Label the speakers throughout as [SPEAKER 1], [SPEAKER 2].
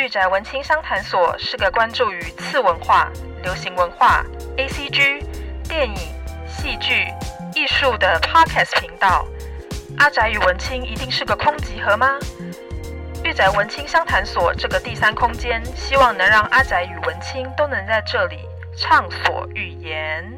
[SPEAKER 1] 御宅文青商谈所是个关注于次文化、流行文化、ACG、电影、戏剧、艺术的 Podcast 频道。阿宅与文青一定是个空集合吗？御宅文青商谈所这个第三空间，希望能让阿宅与文青都能在这里畅所欲言。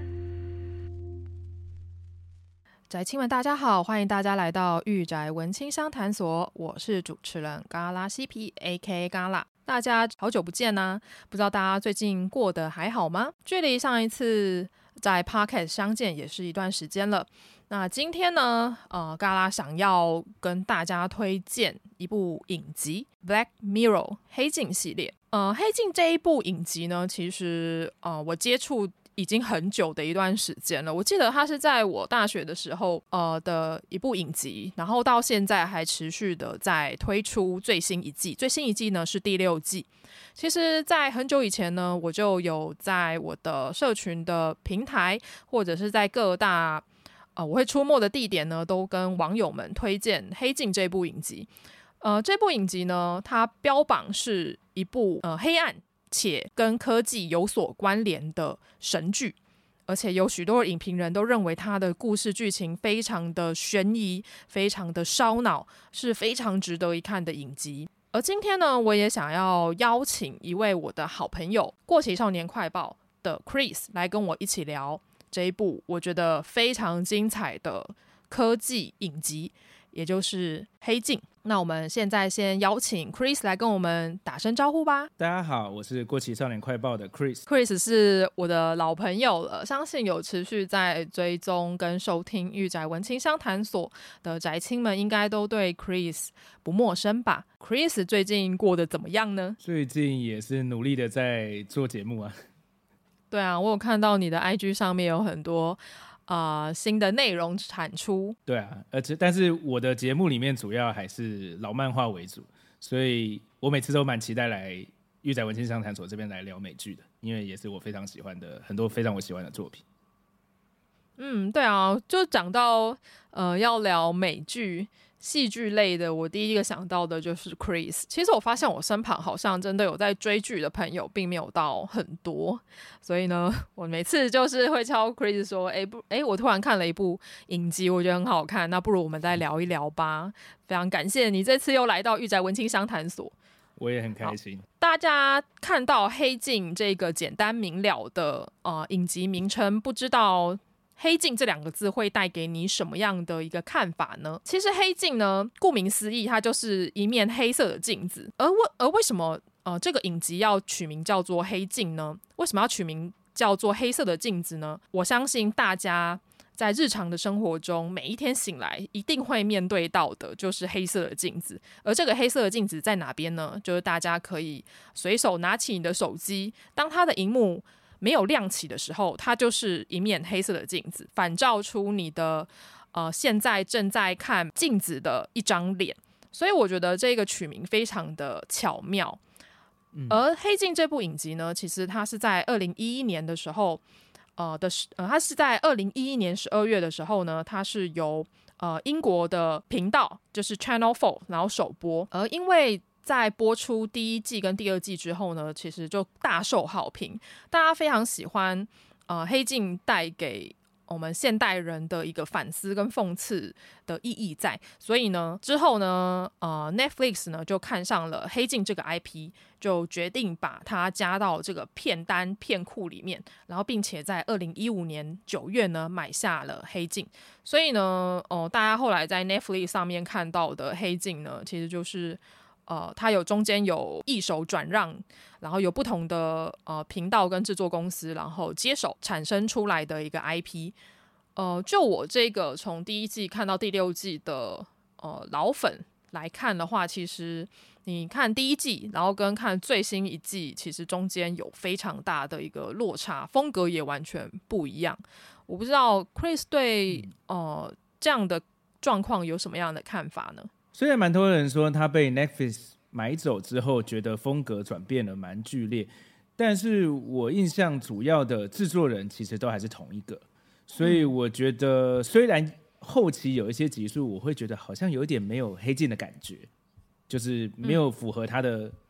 [SPEAKER 1] 宅青们大家好，欢迎大家来到御宅文青商谈所，我是主持人嘎拉西皮 AKA 嘎拉。大家好久不见啊，不知道大家最近过得还好吗？距离上一次在 Podcast 相见也是一段时间了。那今天呢，嘎拉想要跟大家推荐一部影集 Black Mirror 黑镜系列。黑镜这一部影集呢，其实我接触已经很久的一段时间了。我记得它是在我大学的时候的一部影集，然后到现在还持续的在推出最新一季。最新一季呢是第6季。其实在很久以前呢，我就有在我的社群的平台或者是在各大我会出没的地点呢，都跟网友们推荐《黑镜》这部影集。这部影集呢，它标榜是一部黑暗且跟科技有所关联的神剧，而且有许多影评人都认为它的故事剧情非常的悬疑，非常的烧脑，是非常值得一看的影集。而今天呢，我也想要邀请一位我的好朋友过期少年快报的 Chris 来跟我一起聊这一部我觉得非常精彩的科技影集，也就是黑镜。那我们现在先邀请 Chris 来跟我们打声招呼吧。
[SPEAKER 2] 大家好，我是过期少年快报的
[SPEAKER 1] Chris 是我的老朋友了，相信有持续在追踪跟收听御宅文青商谈所的宅青们应该都对 Chris 不陌生吧。 Chris 最近过得怎么样呢？
[SPEAKER 2] 最近也是努力的在做节目啊。
[SPEAKER 1] 对啊，我有看到你的 IG 上面有很多新的内容产出。
[SPEAKER 2] 对啊，但是我的节目里面主要还是老漫画为主，所以我每次都蛮期待来御宅文青商谈所这边来聊美剧的，因为也是我非常喜欢的很多非常我喜欢的作品。
[SPEAKER 1] 对啊，就讲到要聊美剧戏剧类的，我第一个想到的就是 Chris。 其实我发现我身旁好像真的有在追剧的朋友并没有到很多，所以呢，我每次就是会敲 Chris 说我突然看了一部影集，我觉得很好看，那不如我们再聊一聊吧。非常感谢你这次又来到御宅文青商谈所，
[SPEAKER 2] 我也很开心。
[SPEAKER 1] 大家看到黑镜这个简单明了的影集名称，不知道黑镜这2个字会带给你什么样的一个看法呢？其实黑镜呢，顾名思义，它就是一面黑色的镜子。而为什么这个影集要取名叫做黑镜呢？为什么要取名叫做黑色的镜子呢？我相信大家在日常的生活中，每一天醒来一定会面对到的就是黑色的镜子。而这个黑色的镜子在哪边呢？就是大家可以随手拿起你的手机，当它的萤幕没有亮起的时候，它就是一面黑色的镜子，反照出你的现在正在看镜子的一张脸。所以我觉得这个取名非常的巧妙。而黑镜这部影集呢，其实它是在2011年的时候它是在2011年12月的时候呢，它是由英国的频道就是 Channel 4然后首播。而因为在播出第1季跟第2季之后呢，其实就大受好评，大家非常喜欢黑镜带给我们现代人的一个反思跟讽刺的意义在。所以呢，之后呢Netflix 呢就看上了黑镜这个 IP， 就决定把它加到这个片单片库里面，然后并且在2015年9月呢买下了黑镜。所以呢大家后来在 Netflix 上面看到的黑镜呢，其实就是它中间有一手转让，然后有不同的频道跟制作公司，然后接手产生出来的一个 IP。就我这个从第1季看到第6季的老粉来看的话，其实你看第1季，然后跟看最新一季，其实中间有非常大的一个落差，风格也完全不一样。我不知道 Chris 对这样的状况有什么样的看法呢？
[SPEAKER 2] 虽然蛮多人说他被 Netflix 买走之后觉得风格转变了蛮剧烈，但是我印象主要的制作人其实都还是同一个，所以我觉得虽然后期有一些集数我会觉得好像有点没有黑镜的感觉，就是没有符合他的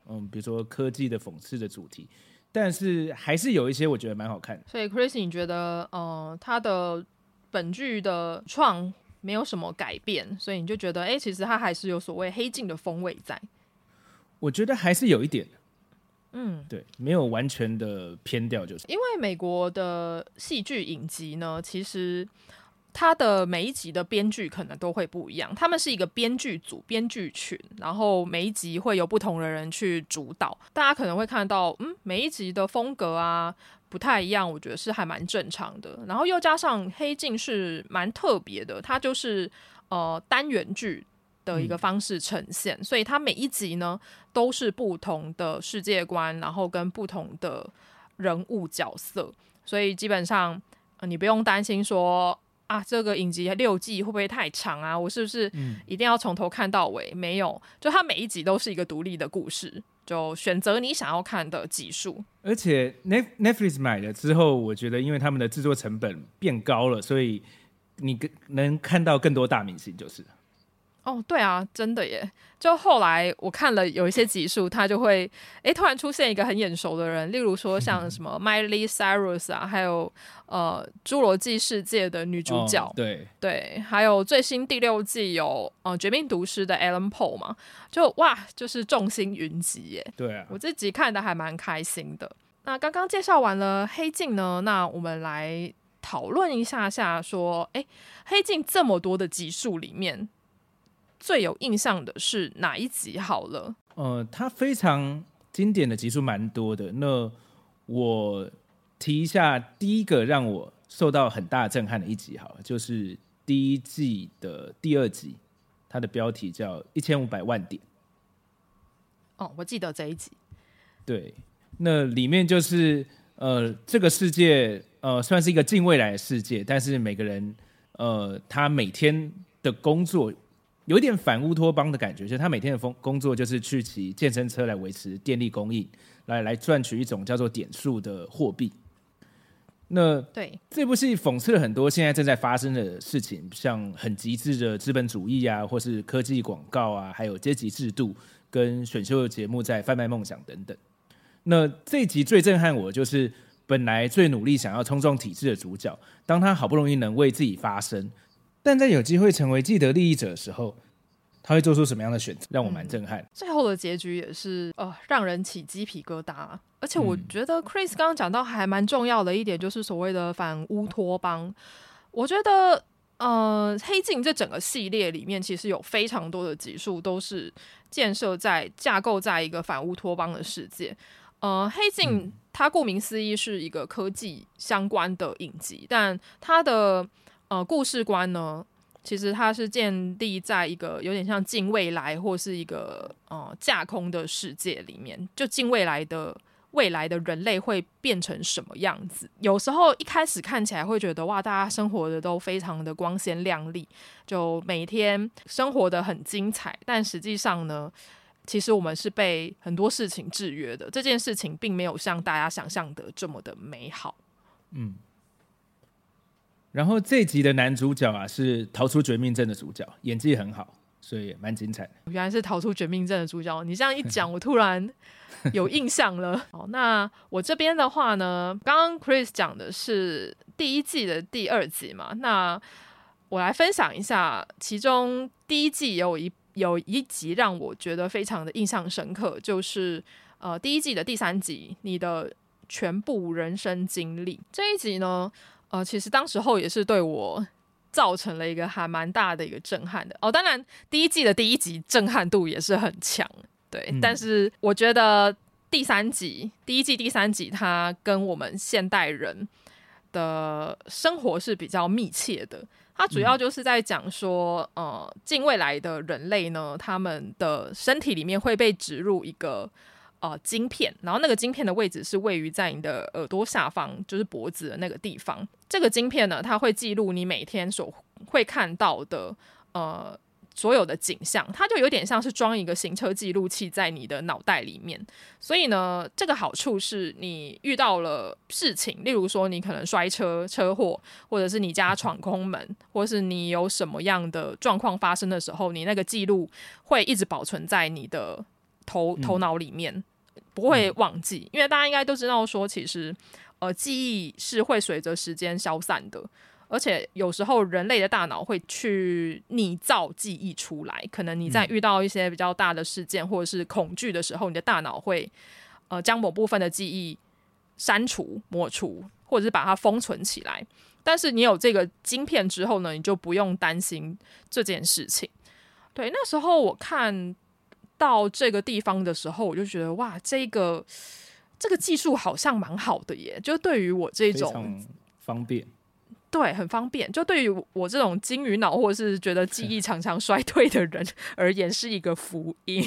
[SPEAKER 2] 比如说科技的讽刺的主题，但是还是有一些我觉得蛮好看的。
[SPEAKER 1] 所以 Chris 你觉得他的本剧的创没有什么改变，所以你就觉得其实他还是有所谓黑镜的风味在？
[SPEAKER 2] 我觉得还是有一点，对，没有完全的偏掉，就是
[SPEAKER 1] 因为美国的戏剧影集呢，其实它的每一集的编剧可能都会不一样，他们是一个编剧组、编剧群，然后每一集会有不同的人去主导，大家可能会看到，每一集的风格啊不太一样，我觉得是还蛮正常的。然后又加上黑镜是蛮特别的，它就是单元剧的一个方式呈现，所以它每一集呢都是不同的世界观，然后跟不同的人物角色，所以基本上你不用担心说这个影集6季会不会太长啊，我是不是一定要从头看到尾？没有，就它每一集都是一个独立的故事，就选择你想要看的集数。
[SPEAKER 2] 而且 Netflix 买了之后，我觉得因为他们的制作成本变高了，所以你能看到更多大明星，就是
[SPEAKER 1] 对啊，真的耶！就后来我看了有一些集数，他就会突然出现一个很眼熟的人，例如说像什么 Miley Cyrus 啊，还有侏罗纪世界的女主角，对，还有最新第6季有绝命毒师的 Alan Paul 嘛，就是众星云集耶！
[SPEAKER 2] 对啊，
[SPEAKER 1] 我这集看的还蛮开心的。那刚刚介绍完了黑镜呢，那我们来讨论一下说，黑镜这么多的集数里面，最有印象的是哪一集好了？
[SPEAKER 2] 它非常经典的集数蛮多的。那我提一下第一个让我受到很大震撼的一集好了，就是第1季的第2集，它的标题叫1500万点。
[SPEAKER 1] 我记得这一集。
[SPEAKER 2] 对，那里面就是这个世界算是一个近未来的世界，但是每个人他每天的工作有点反乌托邦的感觉，就是他每天的工作就是去骑健身车来维持电力供应，来赚取一种叫做点数的货币。那
[SPEAKER 1] 对
[SPEAKER 2] 这部戏讽刺了很多现在正在发生的事情，像很极致的资本主义啊，或是科技广告啊，还有阶级制度跟选秀节目在贩卖梦想等等。那这一集最震撼我，就是本来最努力想要冲撞体制的主角，当他好不容易能为自己发声，但在有机会成为既得利益者的时候，他会做出什么样的选择，让我蛮震撼。
[SPEAKER 1] 最后的结局也是让人起鸡皮疙瘩。而且我觉得 Chris 刚刚讲到还蛮重要的一点，就是所谓的反乌托邦。我觉得黑镜这整个系列里面，其实有非常多的集数都是架构在一个反乌托邦的世界。黑镜它顾名思义是一个科技相关的影集，但它的故事观呢，其实它是建立在一个有点像近未来或是一个架空的世界里面，就近未来的人类会变成什么样子。有时候一开始看起来会觉得大家生活的都非常的光鲜亮丽，就每天生活的很精彩，但实际上呢，其实我们是被很多事情制约的，这件事情并没有像大家想象的这么的美好。
[SPEAKER 2] 然后这一集的男主角啊是逃出绝命镇的主角，演技很好，所以也蛮精彩的。
[SPEAKER 1] 原来是逃出绝命镇的主角，你这样一讲我突然有印象了。好，那我这边的话呢，刚刚 Chris 讲的是第1季的第2集嘛，那我来分享一下，其中第1季有一集让我觉得非常的印象深刻，就是第1季的第3集，你的全部人生经历。这一集呢其实当时候也是对我造成了一个还蛮大的一个震撼的。当然第1季的第1集震撼度也是很强，对，但是我觉得第1季第3集它跟我们现代人的生活是比较密切的。它主要就是在讲说近未来的人类呢，他们的身体里面会被植入一个晶片，然后那个晶片的位置是位于在你的耳朵下方，就是脖子的那个地方。这个晶片呢，它会记录你每天所会看到的所有的景象，它就有点像是装一个行车记录器在你的脑袋里面。所以呢，这个好处是你遇到了事情，例如说你可能摔车祸，或者是你家闯空门，或是你有什么样的状况发生的时候，你那个记录会一直保存在你的头脑里面，不会忘记，因为大家应该都知道说，其实记忆是会随着时间消散的。而且有时候人类的大脑会去拟造记忆出来，可能你在遇到一些比较大的事件或者是恐惧的时候，你的大脑会将某部分的记忆删除、抹除，或者是把它封存起来。但是你有这个晶片之后呢，你就不用担心这件事情。对，那时候我看到这个地方的时候，我就觉得哇，这个技术好像蛮好的耶，就对于我这种
[SPEAKER 2] 非常方便。
[SPEAKER 1] 对，很方便。就对于我这种金鱼脑或者是觉得记忆常常衰退的人而言，是一个福音。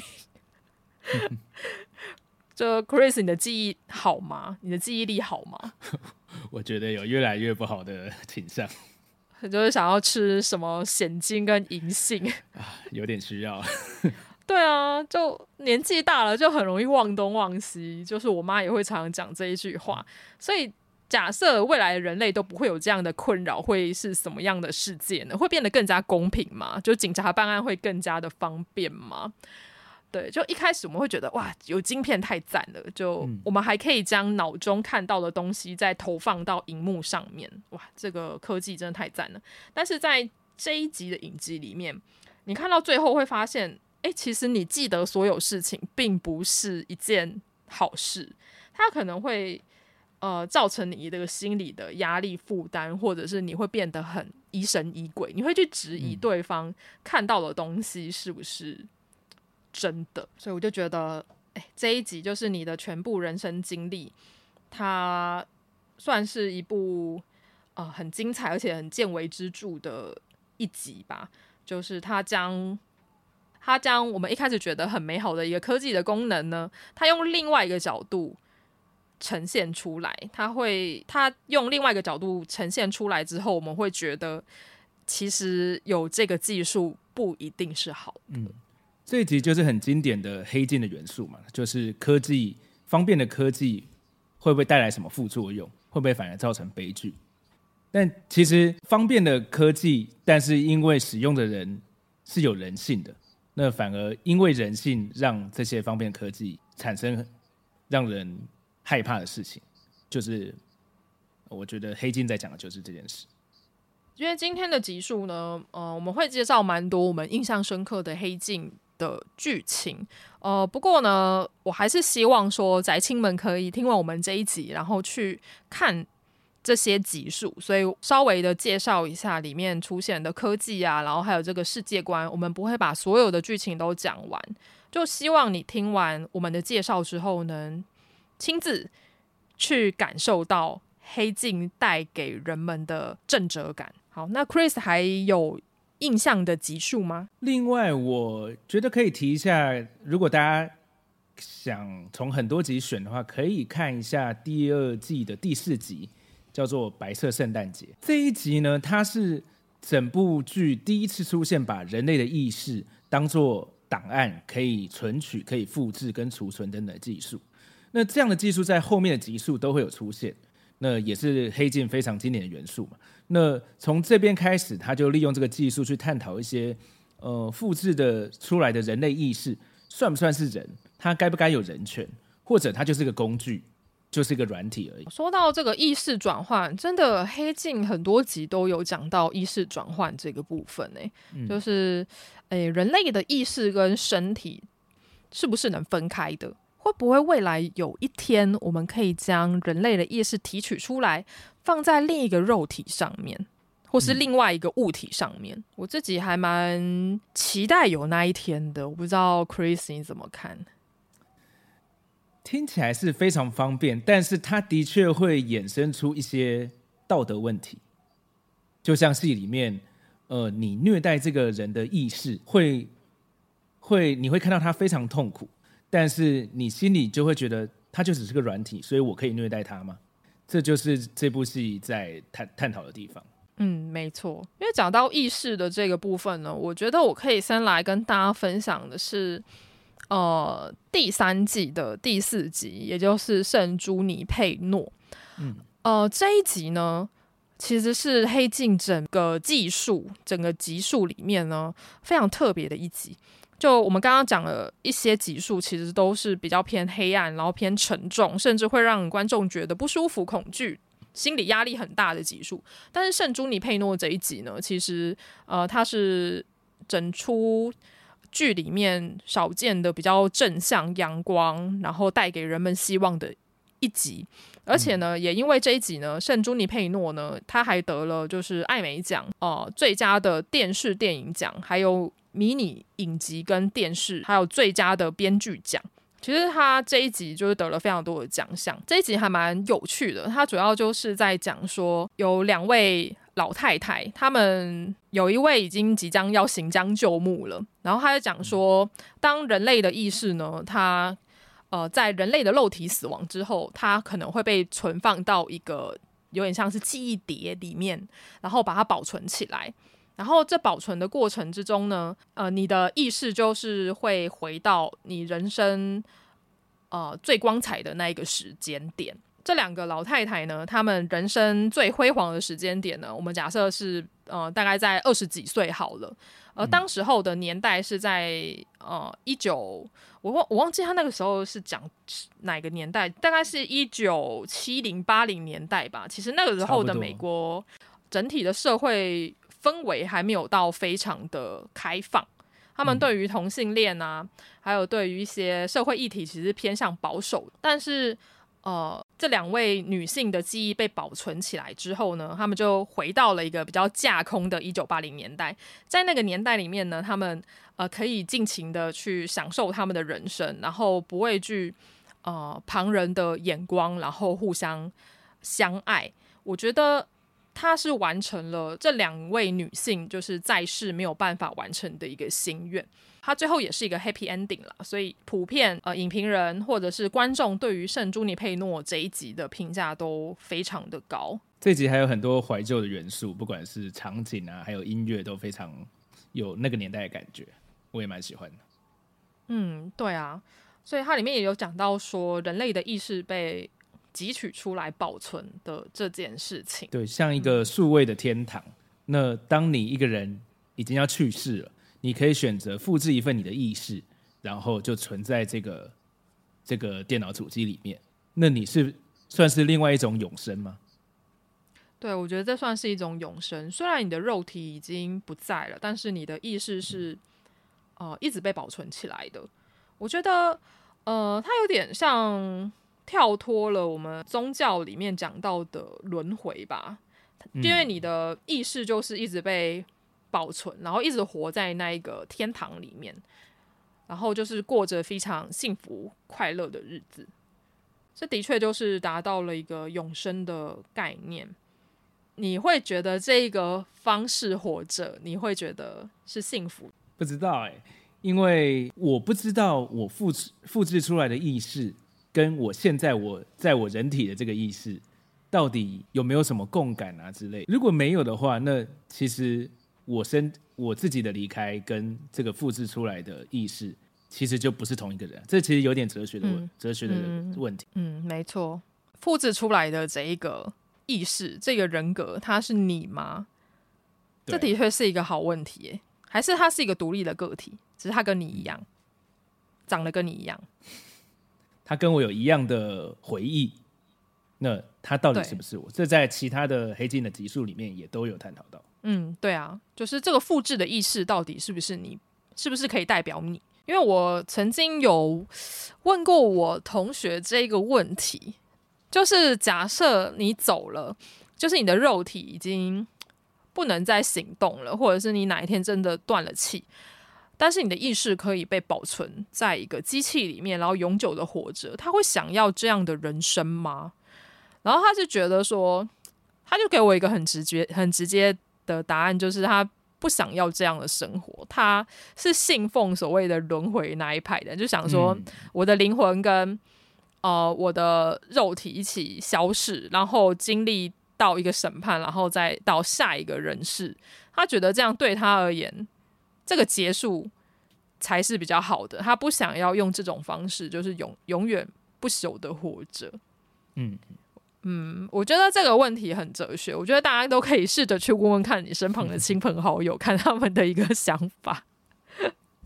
[SPEAKER 1] 就 Chris， 你的记忆好吗？你的记忆力好吗？
[SPEAKER 2] 我觉得有越来越不好的倾向。
[SPEAKER 1] 就是想要吃什么显精跟银杏
[SPEAKER 2] 有点需要。
[SPEAKER 1] 对啊，就年纪大了就很容易忘东忘西，就是我妈也会常常讲这一句话。所以假设未来的人类都不会有这样的困扰，会是什么样的世界呢？会变得更加公平吗？就警察办案会更加的方便吗？对，就一开始我们会觉得哇，有晶片太赞了，就我们还可以将脑中看到的东西再投放到荧幕上面，哇，这个科技真的太赞了。但是在这一集的影集里面，你看到最后会发现，其实你记得所有事情并不是一件好事，它可能会造成你的心理的压力负担，或者是你会变得很疑神疑鬼，你会去质疑对方看到的东西是不是真的。所以我就觉得这一集就是你的全部人生经历，它算是一部很精彩而且很见微知著的一集吧。就是它将我们一开始觉得很美好的一个科技的功能呢，它用另外一个角度呈现出来。它用另外一个角度呈现出来之后，我们会觉得其实有这个技术不一定是好的。
[SPEAKER 2] 这一集就是很经典的黑镜的元素嘛，就是科技方便的科技会不会带来什么副作用，会不会反而造成悲剧。但其实方便的科技，但是因为使用的人是有人性的，那反而因为人性让这些方便科技产生让人害怕的事情，就是我觉得黑镜在讲的就是这件事。
[SPEAKER 1] 因为今天的集数呢，我们会介绍蛮多我们印象深刻的黑镜的剧情，不过呢，我还是希望说宅青们可以听完我们这一集，然后去看这些集数，所以稍微的介绍一下里面出现的科技啊，然后还有这个世界观，我们不会把所有的剧情都讲完，就希望你听完我们的介绍之后能亲自去感受到黑镜带给人们的震慑感。好，那 Chris 还有印象的集数吗？
[SPEAKER 2] 另外我觉得可以提一下，如果大家想从很多集选的话，可以看一下第2季的第4集，叫做白色圣诞节。这一集呢，它是整部剧第一次出现把人类的意识当作档案，可以存取、可以复制跟储存等等的技术。那这样的技术在后面的集数都会有出现，那也是黑镜非常经典的元素嘛。那从这边开始，他就利用这个技术去探讨一些复制的出来的人类意识算不算是人，他该不该有人权，或者他就是个工具，就是一个软体而已。
[SPEAKER 1] 说到这个意识转换，真的黑镜很多集都有讲到意识转换这个部分就是人类的意识跟身体是不是能分开的？会不会未来有一天我们可以将人类的意识提取出来，放在另一个肉体上面，或是另外一个物体上面？我自己还蛮期待有那一天的，我不知道 Chris 你怎么看？
[SPEAKER 2] 听起来是非常方便，但是它的确会衍生出一些道德问题。就像戏里面，你虐待这个人的意识，你会看到他非常痛苦，但是你心里就会觉得他就只是个软体，所以我可以虐待他吗？这就是这部戏在探讨的地方。
[SPEAKER 1] 没错。因为讲到意识的这个部分呢，我觉得我可以先来跟大家分享的是第3季的第4集，也就是圣朱尼佩诺。这一集呢，其实是黑镜整个集数里面呢非常特别的一集。 就我们刚刚讲了一些集数，其实都是比较偏黑暗，然后偏沉重，甚至会让观众觉得不舒服、恐惧、心理压力很大的集数。但是圣朱尼佩诺这一集呢，其实它是整出剧里面少见的比较正向、阳光，然后带给人们希望的一集。而且呢，也因为这一集呢，圣朱尼佩诺呢，他还得了就是艾美奖最佳的电视电影奖，还有迷你影集跟电视，还有最佳的编剧奖。其实他这一集就是得了非常多的奖项。这一集还蛮有趣的，他主要就是在讲说有2位老太太，他们有一位已经即将要行将就木了，然后他在讲说，当人类的意识呢，它在人类的肉体死亡之后，它可能会被存放到一个有点像是记忆碟里面，然后把它保存起来。然后这保存的过程之中呢，你的意识就是会回到你人生最光彩的那一个时间点。这2个老太太呢，她们人生最辉煌的时间点呢，我们假设是大概在20几岁好了。当时候的年代是在我忘记他那个时候是讲哪个年代，大概是1970、80年代吧。其实那个时候的美国整体的社会氛围还没有到非常的开放，他们对于同性恋啊，还有对于一些社会议题其实偏向保守。但是这2位女性的记忆被保存起来之后呢，他们就回到了一个比较架空的1980年代。在那个年代里面呢，他们可以尽情的去享受他们的人生，然后不畏惧旁人的眼光，然后互相相爱。我觉得他是完成了这2位女性就是在世没有办法完成的一个心愿。他最后也是一个 happy ending 啦，所以普遍影评人或者是观众对于圣朱尼佩诺这一集的评价都非常的高。
[SPEAKER 2] 这一集还有很多怀旧的元素，不管是场景啊，还有音乐，都非常有那个年代的感觉，我也蛮喜欢的。
[SPEAKER 1] 对啊，所以它里面也有讲到说人类的意识被汲取出来保存的这件事情。
[SPEAKER 2] 对，像一个数位的天堂。那当你一个人已经要去世了，你可以选择复制一份你的意识，然后就存在这个电脑主机里面。那你算是另外一种永生吗？
[SPEAKER 1] 对，我觉得这算是一种永生。虽然你的肉体已经不在了，但是你的意识是一直被保存起来的。我觉得它有点像跳脱了我们宗教里面讲到的轮回吧，因为你的意识就是一直被保存，然后一直活在那一个天堂里面，然后就是过着非常幸福快乐的日子。这的确就是达到了一个永生的概念。你会觉得这个方式活着，你会觉得是幸福？
[SPEAKER 2] 不知道因为我不知道我复制出来的意识跟我现在在我人体的这个意识到底有没有什么共感啊之类。如果没有的话，那其实我自己的离开跟这个复制出来的意识其实就不是同一个人。这其实有点哲学的问题。
[SPEAKER 1] 没错，复制出来的这一个意识，这个人格，它是你吗？这的确是一个好问题耶。还是他是一个独立的个体，只是他跟你一样，长得跟你一样，
[SPEAKER 2] 他跟我有一样的回忆，那他到底是不是我？这在其他的黑镜的集数里面也都有探讨到。
[SPEAKER 1] 对啊，就是这个复制的意识到底是不是你，是不是可以代表你？因为我曾经有问过我同学这个问题，就是假设你走了，就是你的肉体已经不能再行动了，或者是你哪一天真的断了气，但是你的意识可以被保存在一个机器里面，然后永久的活着，他会想要这样的人生吗？然后他是觉得说，他就给我一个很直接的答案，就是他不想要这样的生活，他是信奉所谓的轮回那一派的，就想说我的灵魂跟我的肉体一起消逝，然后经历到一个审判，然后再到下一个人世。他觉得这样对他而言，这个结束才是比较好的。他不想要用这种方式，就是永远不朽的活着。我觉得这个问题很哲学，我觉得大家都可以试着去问问看你身旁的亲朋好友，看他们的一个想法。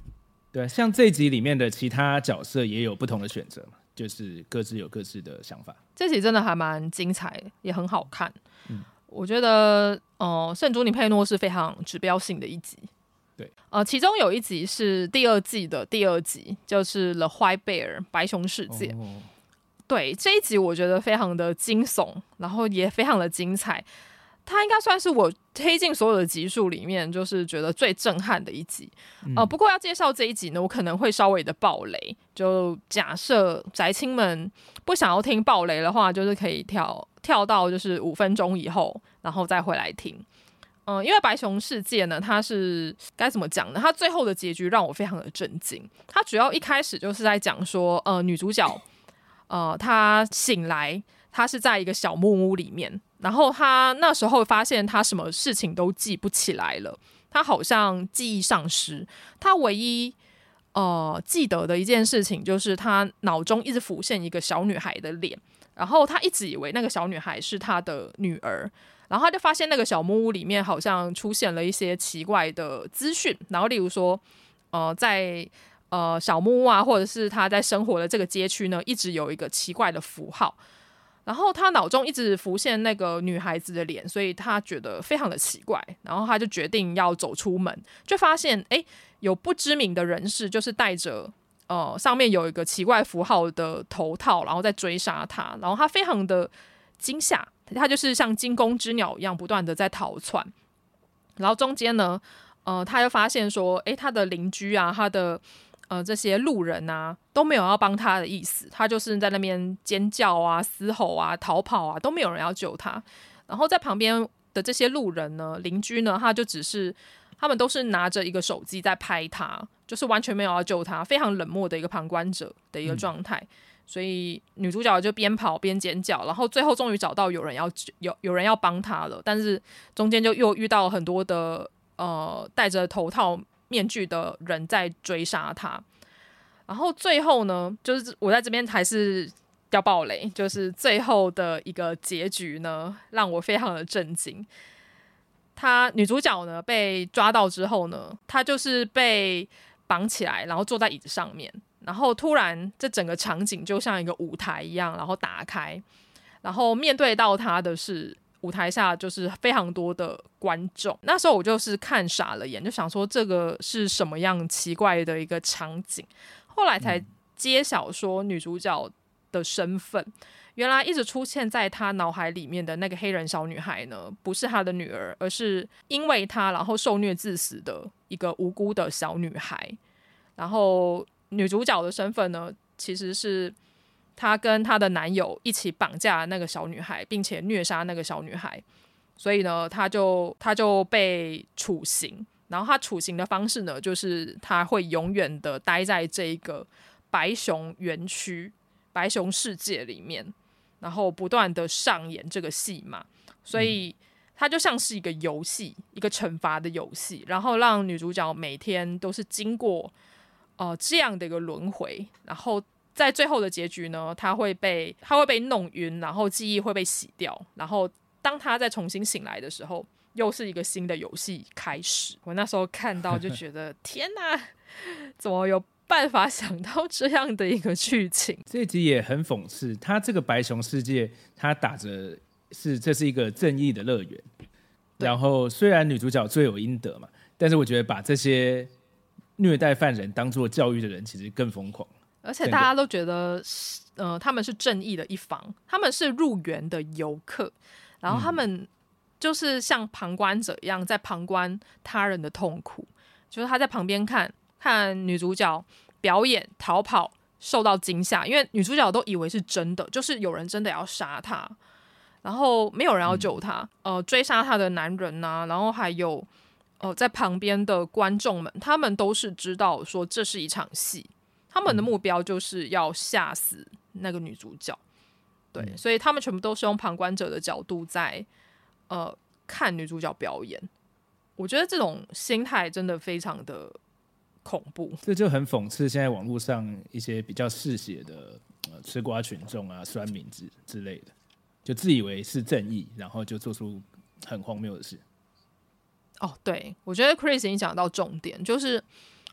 [SPEAKER 2] 对，像这一集里面的其他角色也有不同的选择嘛，就是各自有各自的想法。
[SPEAKER 1] 这集真的还蛮精彩的，也很好看。我觉得圣朱尼佩诺是非常指标性的一集。
[SPEAKER 2] 对，
[SPEAKER 1] 其中有一集是第2季的第2集，就是 The White Bear 白熊世界。对，这一集我觉得非常的惊悚，然后也非常的精彩。它应该算是我黑镜所有的集数里面，就是觉得最震撼的一集。不过要介绍这一集呢，我可能会稍微的爆雷。就假设宅青们不想要听爆雷的话，就是可以跳到就是5分钟以后，然后再回来听。因为白熊世界呢，它是该怎么讲呢？它最后的结局让我非常的震惊。它主要一开始就是在讲说，女主角，她醒来，她是在一个小木屋里面，然后她那时候发现她什么事情都记不起来了，她好像记忆丧失。她唯一记得的一件事情就是她脑中一直浮现一个小女孩的脸，然后她一直以为那个小女孩是她的女儿。然后他就发现那个小木屋里面好像出现了一些奇怪的资讯，然后例如说，在小木屋啊，或者是他在生活的这个街区呢，一直有一个奇怪的符号。然后他脑中一直浮现那个女孩子的脸，所以他觉得非常的奇怪。然后他就决定要走出门，就发现有不知名的人士就是戴着上面有一个奇怪符号的头套，然后在追杀他。然后他非常的惊吓。他就是像惊弓之鸟一样不断的在逃窜，然后中间呢，他又发现说，他的邻居啊，他的这些路人啊，都没有要帮他的意思，他就是在那边尖叫啊、嘶吼啊、逃跑啊，都没有人要救他。然后在旁边的这些路人呢、邻居呢，他们都是拿着一个手机在拍他，就是完全没有要救他，非常冷漠的一个旁观者的一个状态。所以女主角就边跑边尖叫，然后最后终于找到有人要帮她了，但是中间就又遇到很多的戴着头套面具的人在追杀她。然后最后呢，就是我在这边还是要爆雷，就是最后的一个结局呢，让我非常的震惊。女主角呢被抓到之后呢，她就是被绑起来，然后坐在椅子上面。然后突然这整个场景就像一个舞台一样，然后打开，然后面对到他的是舞台下就是非常多的观众。那时候我就是看傻了眼，就想说这个是什么样奇怪的一个场景。后来才揭晓说女主角的身份，原来一直出现在他脑海里面的那个黑人小女孩呢，不是他的女儿，而是因为他然后受虐致死的一个无辜的小女孩。然后女主角的身份呢，其实是她跟她的男友一起绑架那个小女孩，并且虐杀那个小女孩，所以呢，她就被处刑。然后她处刑的方式呢，就是她会永远的待在这一个白熊园区、白熊世界里面，然后不断的上演这个戏码。所以它就像是一个游戏，一个惩罚的游戏，然后让女主角每天都是经过这样的一个轮回，然后在最后的结局呢，他会被弄晕，然后记忆会被洗掉，然后当他再重新醒来的时候，又是一个新的游戏开始。我那时候看到就觉得天哪，怎么有办法想到这样的一个剧情？
[SPEAKER 2] 这一集也很讽刺，他这个白熊世界，他打着这是一个正义的乐园，然后虽然女主角罪有应得嘛，但是我觉得把这些虐待犯人当作教育的人其实更疯狂，
[SPEAKER 1] 而且大家都觉得他们是正义的一方，他们是入园的游客，然后他们就是像旁观者一样在旁观他人的痛苦，就是他在旁边看女主角表演逃跑受到惊吓，因为女主角都以为是真的，就是有人真的要杀她，然后没有人要救她，追杀她的男人啊，然后还有在旁边的观众们，他们都是知道说这是一场戏，他们的目标就是要吓死那个女主角。对，所以他们全部都是用旁观者的角度在看女主角表演。我觉得这种心态真的非常的恐怖，
[SPEAKER 2] 这就很讽刺现在网络上一些比较嗜血的吃瓜群众啊、酸民之类的，就自以为是正义，然后就做出很荒谬的事。
[SPEAKER 1] 对，我觉得 Chris 已经讲到重点，就是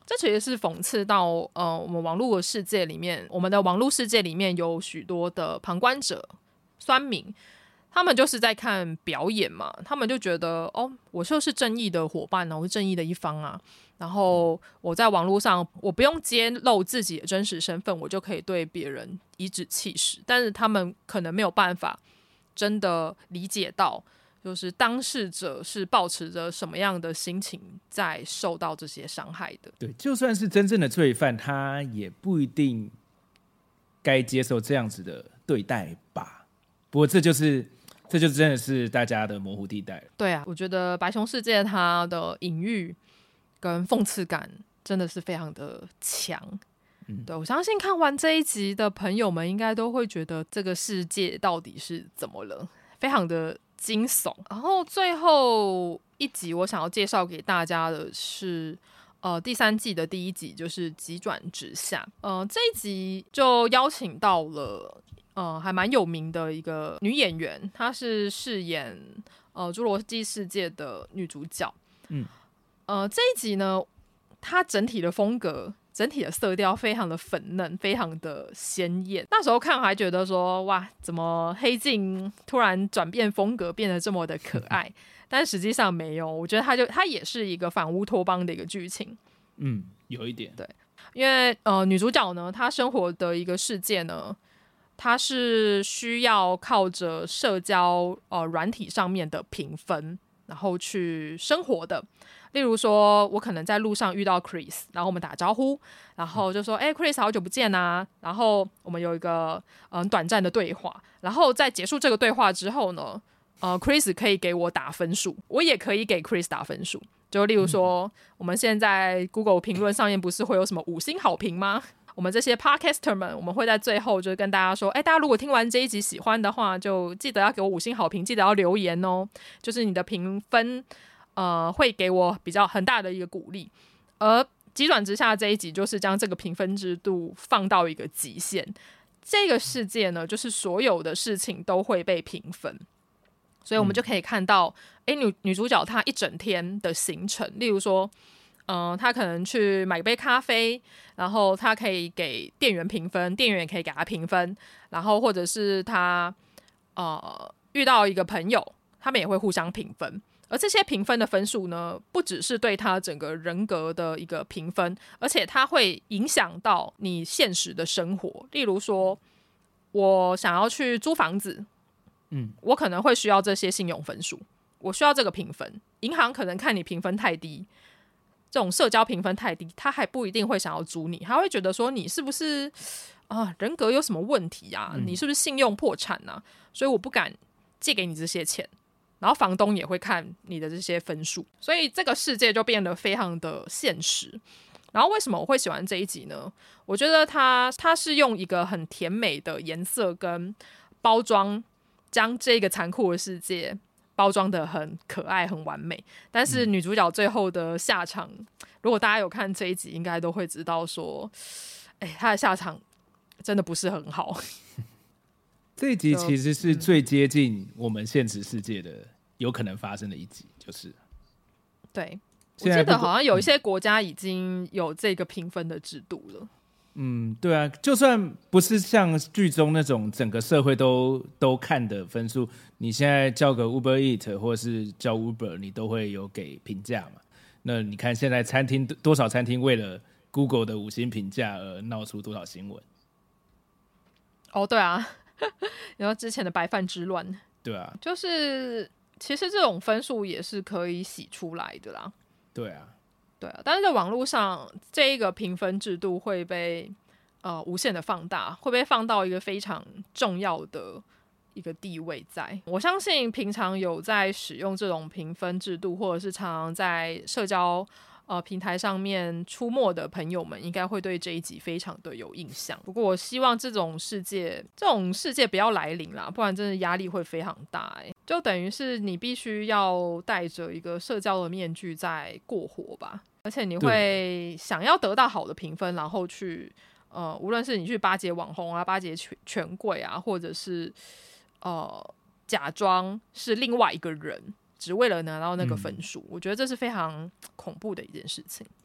[SPEAKER 1] 这其实是讽刺到我们网络的世界里面，我们的网络世界里面有许多的旁观者、酸民，他们就是在看表演嘛，他们就觉得我就是正义的伙伴啊，我是正义的一方啊，然后我在网络上我不用揭露自己的真实身份，我就可以对别人颐指气使，但是他们可能没有办法真的理解到，就是当事者是抱持着什么样的心情在受到这些伤害的。
[SPEAKER 2] 对，就算是真正的罪犯，他也不一定该接受这样子的对待吧。不过这就真的是大家的模糊地带了。
[SPEAKER 1] 对啊，我觉得白熊世界它的隐喻跟讽刺感真的是非常的强。对，我相信看完这一集的朋友们应该都会觉得这个世界到底是怎么了，非常的惊悚。然后最后一集我想要介绍给大家的是第3季的第1集，就是急转直下。这一集就邀请到了还蛮有名的一个女演员，她是饰演侏罗纪世界的女主角。这一集呢，它整体的风格、整体的色调非常的粉嫩，非常的鲜艳。那时候看还觉得说，哇，怎么黑镜突然转变风格，变得这么的可爱？但实际上没有，我觉得它也是一个反乌托邦的一个剧情。
[SPEAKER 2] 有一点。
[SPEAKER 1] 对，因为女主角呢，她生活的一个世界呢，她是需要靠着社交软体上面的评分，然后去生活的。例如说，我可能在路上遇到 Chris， 然后我们打招呼，然后就说Chris 好久不见啊，然后我们有一个短暂的对话，然后在结束这个对话之后呢Chris 可以给我打分数，我也可以给 Chris 打分数。就例如说我们现在 Google 评论上面不是会有什么5星好评吗？我们这些 podcaster 们，我们会在最后就跟大家说，大家如果听完这一集喜欢的话，就记得要给我5星好评，记得要留言哦，就是你的评分会给我比较很大的一个鼓励。而急转直下这一集就是将这个评分制度放到一个极限，这个世界呢，就是所有的事情都会被评分，所以我们就可以看到女主角她一整天的行程，例如说她可能去买杯咖啡，然后她可以给店员评分，店员也可以给她评分，然后或者是她遇到一个朋友，他们也会互相评分。而这些评分的分数呢，不只是对他整个人格的一个评分，而且它会影响到你现实的生活。例如说，我想要去租房子，我可能会需要这些信用分数，我需要这个评分。银行可能看你评分太低，这种社交评分太低，他还不一定会想要租你，他会觉得说你是不是人格有什么问题啊？你是不是信用破产啊？所以我不敢借给你这些钱。然后房东也会看你的这些分数，所以这个世界就变得非常的现实。然后为什么我会喜欢这一集呢？我觉得它是用一个很甜美的颜色跟包装，将这个残酷的世界包装的很可爱很完美。但是女主角最后的下场，如果大家有看这一集应该都会知道说她的下场真的不是很好。
[SPEAKER 2] 这一集其实是最接近我们现实世界的有可能发生的一集，就是
[SPEAKER 1] 对，我记得好像有一些国家已经有这个评分的制度了。
[SPEAKER 2] 对啊，就算不是像剧中那种整个社会都看的分数，你现在叫个 Uber Eat 或是叫 Uber， 你都会有给评价嘛。那你看现在多少餐厅为了 Google 的5星评价而闹出多少新闻？
[SPEAKER 1] 对啊。然后之前的白饭之乱，
[SPEAKER 2] 对啊，
[SPEAKER 1] 就是其实这种分数也是可以洗出来的啦。
[SPEAKER 2] 对啊，
[SPEAKER 1] 但是在网络上这一个评分制度会被无限的放大，会被放到一个非常重要的一个地位在。我相信平常有在使用这种评分制度，或者是常常在社交平台上面出没的朋友们应该会对这一集非常的有印象。不过我希望这种世界不要来临啦，不然真的压力会非常大就等于是你必须要戴着一个社交的面具在过活吧，而且你会想要得到好的评分，然后去无论是你去巴结网红啊，巴结权贵啊，或者是假装是另外一个人，只为了拿到那个分数，我觉得这是非常恐怖的一件事情。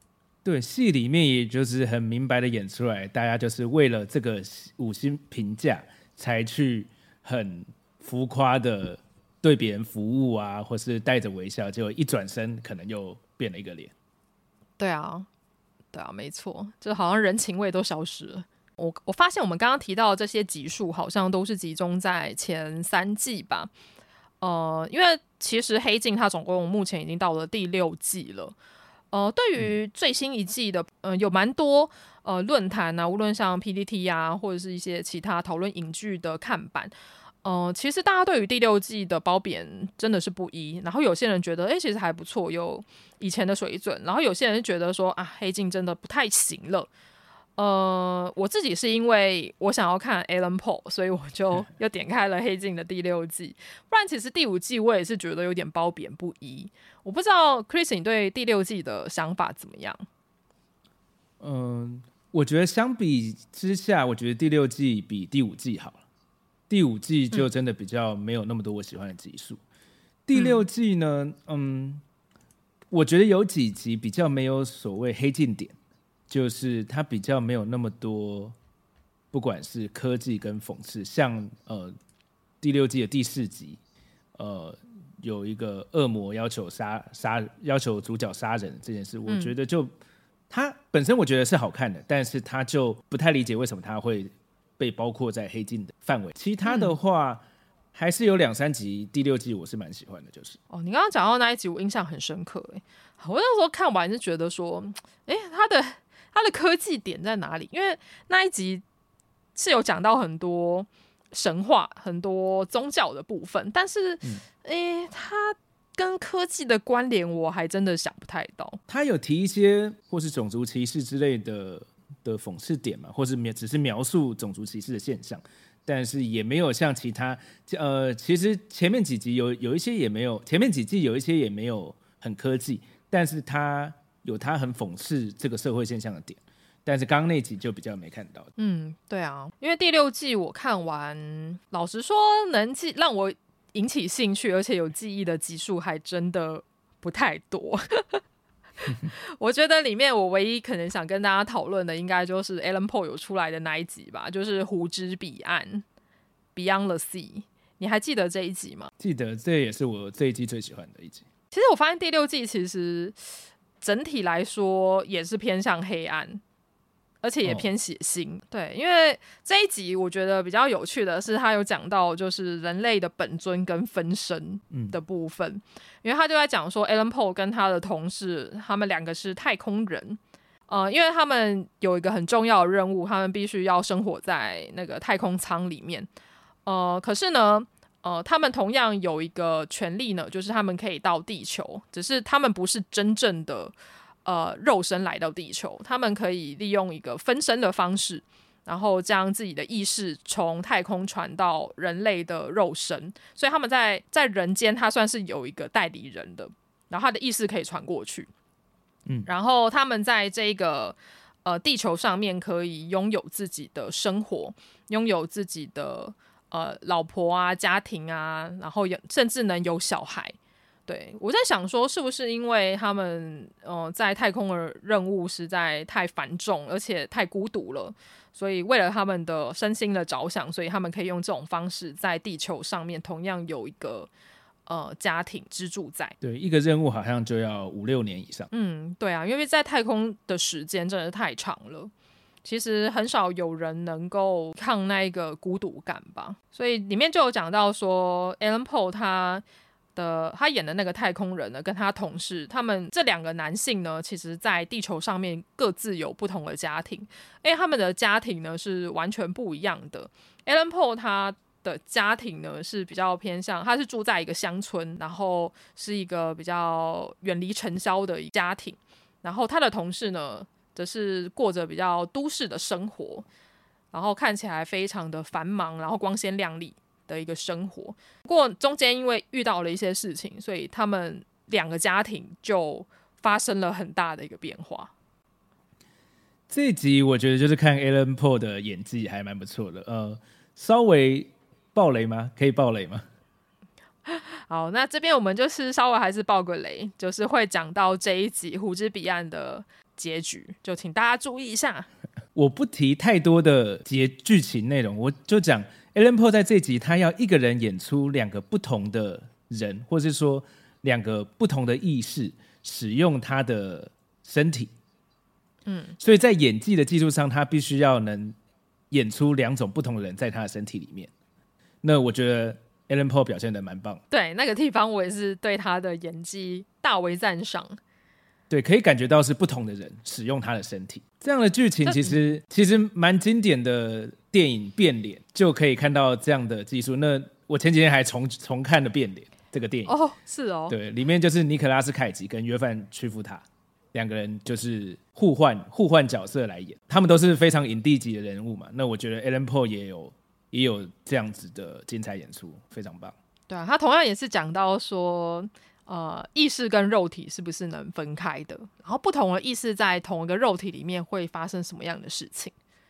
[SPEAKER 2] 对，戏里面也就是很明白的演出来，大家就是为了这个5星评价才去很浮夸的对别人服务啊，或是带着微笑，结果一转身可能又变了一个脸。
[SPEAKER 1] 对啊，对啊，没错，就好像人情味都消失了。我发现我们刚刚提到的这些集数，好像都是集中在前3季吧。因为其实黑镜它总共目前已经到了第6季了。对于最新一季的，有蛮多论坛啊，无论像 PTT 啊，或者是一些其他讨论影剧的看板，其实大家对于第6季的褒贬真的是不一。然后有些人觉得，其实还不错，有以前的水准。然后有些人觉得说，啊，黑镜真的不太行了。我自己是因为我想要看 Alan Paul， 所以我就又点开了黑镜的第6季。不然其实第5季我也是觉得有点褒贬不一。我不知道 Chris 你对第6季的想法怎么样？
[SPEAKER 2] 我觉得相比之下，我觉得第6季比第5季好了。第5季就真的比较没有那么多我喜欢的集数。第6季呢，我觉得有几集比较没有所谓黑镜点。就是它比较没有那么多，不管是科技跟讽刺，像第6季的第4集，有一个恶魔要求要求主角杀人这件事，我觉得就它本身我觉得是好看的，但是他就不太理解为什么它会被包括在黑镜的范围。其他的话，还是有2-3集第6季我是蛮喜欢的，就是
[SPEAKER 1] 你刚刚讲到那一集，我印象很深刻。我那时候看完是觉得说，它的科技点在哪里？因为那一集是有讲到很多神话、很多宗教的部分，但是，它跟科技的关联，我还真的想不太到。
[SPEAKER 2] 他有提一些或是种族歧视之类的讽刺点嘛，或是只是描述种族歧视的现象，但是也没有像其他其实前面几集有一些也没有，前面几季有一些也没有很科技，但是他有他很讽刺这个社会现象的点，但是刚刚那集就比较没看到。
[SPEAKER 1] 对啊，因为第6季我看完，老实说能让我引起兴趣而且有记忆的集数还真的不太多。我觉得里面我唯一可能想跟大家讨论的，应该就是 Alan Paul 有出来的那一集吧，就是湖之彼岸 Beyond the Sea。你还记得这一集吗？
[SPEAKER 2] 记得，这也是我这一季最喜欢的一集。
[SPEAKER 1] 其实我发现第6季其实整体来说也是偏向黑暗，而且也偏血腥。对，因为这一集我觉得比较有趣的是，他有讲到就是人类的本尊跟分身的部分。因为他就在讲说 Alan Paul 跟他的同事，他们2个是太空人。因为他们有一个很重要的任务，他们必须要生活在那个太空舱里面。可是呢他们同样有一个权利呢，就是他们可以到地球，只是他们不是真正的肉身来到地球，他们可以利用一个分身的方式，然后将自己的意识从太空传到人类的肉身，所以他们在人间他算是有一个代理人的，然后他的意识可以传过去。然后他们在这个地球上面可以拥有自己的生活，拥有自己的老婆啊、家庭啊，然后甚至能有小孩。对，我在想说，是不是因为他们在太空的任务实在太繁重，而且太孤独了，所以为了他们的身心的着想，所以他们可以用这种方式在地球上面同样有一个家庭支柱在。
[SPEAKER 2] 对，一个任务好像就要5-6年以上。
[SPEAKER 1] 对啊，因为在太空的时间真的太长了。其实很少有人能够抗那一个孤独感吧，所以里面就有讲到说 Alan Paul 他演的那个太空人呢，跟他同事，他们这2个男性呢，其实在地球上面各自有不同的家庭，因为他们的家庭呢是完全不一样的。Alan Paul 他的家庭呢是比较偏向，他是住在一个乡村，然后是一个比较远离尘嚣的家庭，然后他的同事呢则是过着比较都市的生活，然后看起来非常的繁忙，然后光鲜亮丽的一个生活。不过中间因为遇到了一些事情，所以他们2个家庭就发生了很大的一个变化。
[SPEAKER 2] 这一集我觉得就是看 Alan Paul 的演技还蛮不错的。稍微爆雷吗？可以爆雷吗？
[SPEAKER 1] 好，那这边我们就是稍微还是爆个雷，就是会讲到这一集湖之彼岸的结局，就请大家注意一下。
[SPEAKER 2] 我不提太多的剧情内容，我就讲 Aaron Paul 在这集他要一个人演出2个不同的人，或是说2个不同的意识使用他的身体。所以在演技的技术上，他必须要能演出2种不同的人在他的身体里面。那我觉得 Aaron Paul 表现得蛮棒。
[SPEAKER 1] 对，那个地方我也是对他的演技大为赞赏。
[SPEAKER 2] 对，可以感觉到是不同的人使用他的身体。这样的剧情其实蛮经典的电影《变脸》就可以看到这样的技术。那我前几天还重看了《变脸》这个电影。
[SPEAKER 1] 哦，是哦。
[SPEAKER 2] 对，里面就是尼可拉斯凯奇跟约翰屈服塔2个人就是互换角色来演，他们都是非常影帝级的人物嘛。那我觉得 Aaron Paul 也有这样子的精彩演出，非常棒。
[SPEAKER 1] 对啊，他同样也是讲到说意识跟肉体是不是能分开的，然后不同的意识在同一个肉体里面会发生什么样的事情。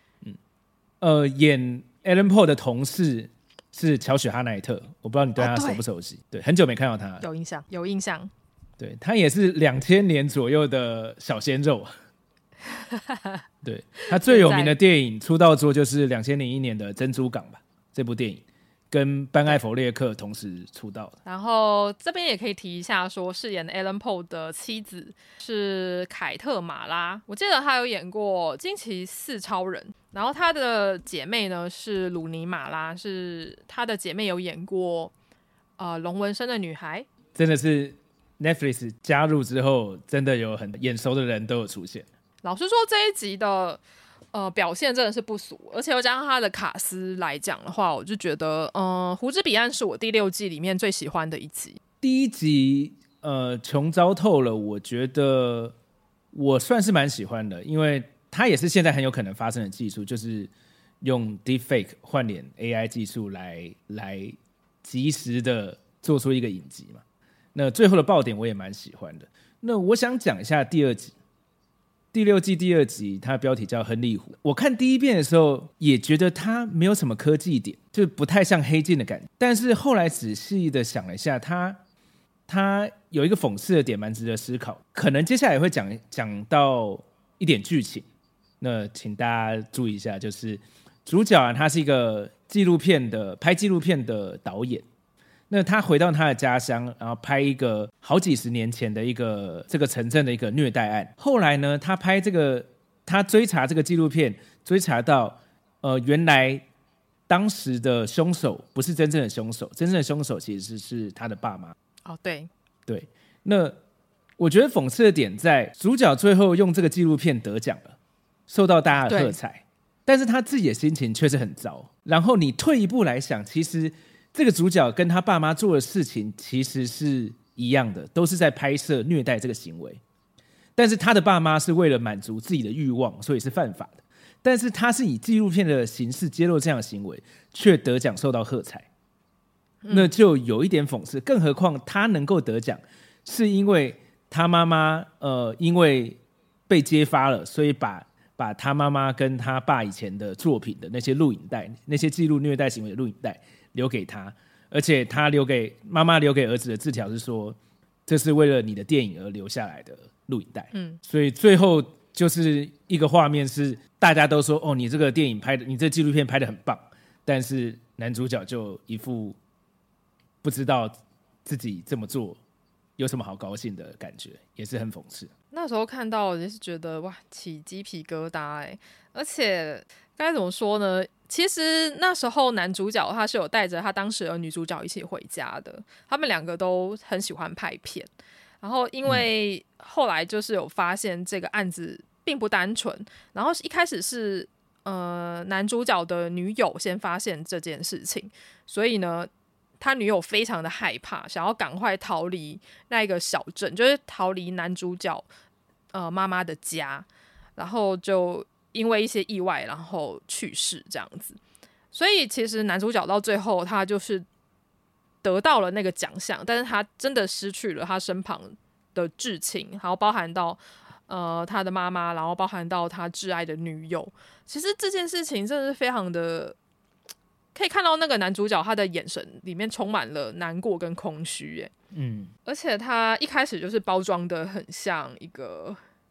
[SPEAKER 2] 演 Aaron Paul 的同事是乔许哈奈特，我不知道你对他熟不熟悉。对，很久没看到他。
[SPEAKER 1] 有印象。
[SPEAKER 2] 对，他也是2000年左右的小鲜肉。对，他最有名的电影出道作就是2001年的《珍珠港》吧，这部电影跟班艾弗列克同时出道的。
[SPEAKER 1] 然后这边也可以提一下说，饰演 Aaron Paul 的妻子是凯特马拉，我记得他有演过《惊奇四超人》，然后他的姐妹呢是鲁尼马拉，是他的姐妹有演过龙纹身的女孩。
[SPEAKER 2] 真的是 Netflix 加入之后，真的有很眼熟的人都有出现。
[SPEAKER 1] 老实说，这一集的表现真的是不俗，而且又加上他的卡司来讲的话，我就觉得胡之彼岸是我第6季里面最喜欢的一集。
[SPEAKER 2] 第一集穷糟透了，我觉得我算是蛮喜欢的，因为它也是现在很有可能发生的技术，就是用 Deepfake 换脸 AI 技术来及时的做出一个影集嘛。那最后的爆点我也蛮喜欢的。那我想讲一下第2集。第6季第2集，它的标题叫《亨利湖》。我看第一遍的时候，也觉得它没有什么科技点，就不太像黑镜的感觉。但是后来仔细的想了一下，它有一个讽刺的点，蛮值得思考。可能接下来会讲到一点剧情，那请大家注意一下，就是主角他是一个拍纪录片的导演。那他回到他的家乡，然后拍一个好几十年前的这个城镇的一个虐待案。后来呢，他追查这个纪录片，追查到原来当时的凶手不是真正的凶手，真正的凶手其实是他的爸妈。
[SPEAKER 1] 哦，对。
[SPEAKER 2] 那我觉得讽刺的点在主角最后用这个纪录片得奖了，受到大家的喝彩，但是他自己的心情却是很糟。然后你退一步来想，其实这个主角跟他爸妈做的事情其实是一样的，都是在拍摄虐待这个行为。但是他的爸妈是为了满足自己的欲望，所以是犯法的。但是他是以纪录片的形式揭露这样的行为，却得奖受到喝彩，那就有一点讽刺。更何况他能够得奖，是因为他妈妈因为被揭发了，所以把他妈妈跟他爸以前的作品的那些录影带，那些记录虐待行为的录影带留给他，而且妈妈留给儿子的字条是说，这是为了你的电影而留下来的录影带。所以最后就是一个画面是大家都说，哦，你这个电影拍的，你这纪录片拍的很棒，但是男主角就一副不知道自己这么做有什么好高兴的感觉，也是很讽刺。
[SPEAKER 1] 那时候看到我就是觉得哇，起鸡皮疙瘩而且该怎么说呢？其实那时候男主角他是有带着他当时的女主角一起回家的，他们2个都很喜欢拍片。然后因为后来就是有发现这个案子并不单纯，然后一开始是男主角的女友先发现这件事情，所以呢他女友非常的害怕，想要赶快逃离那一个小镇，就是逃离男主角妈妈的家，然后就因为一些意外然后去世这样子。所以其实男主角到最后他就是得到了那个奖项，但是他真的失去了他身旁的至亲，然后包含到他的妈妈，然后包含到他挚爱的女友。其实这件事情真的是非常的可以看到那个男主角他的眼神里面充满了难过跟空虚而且他一开始就是包装的很像一个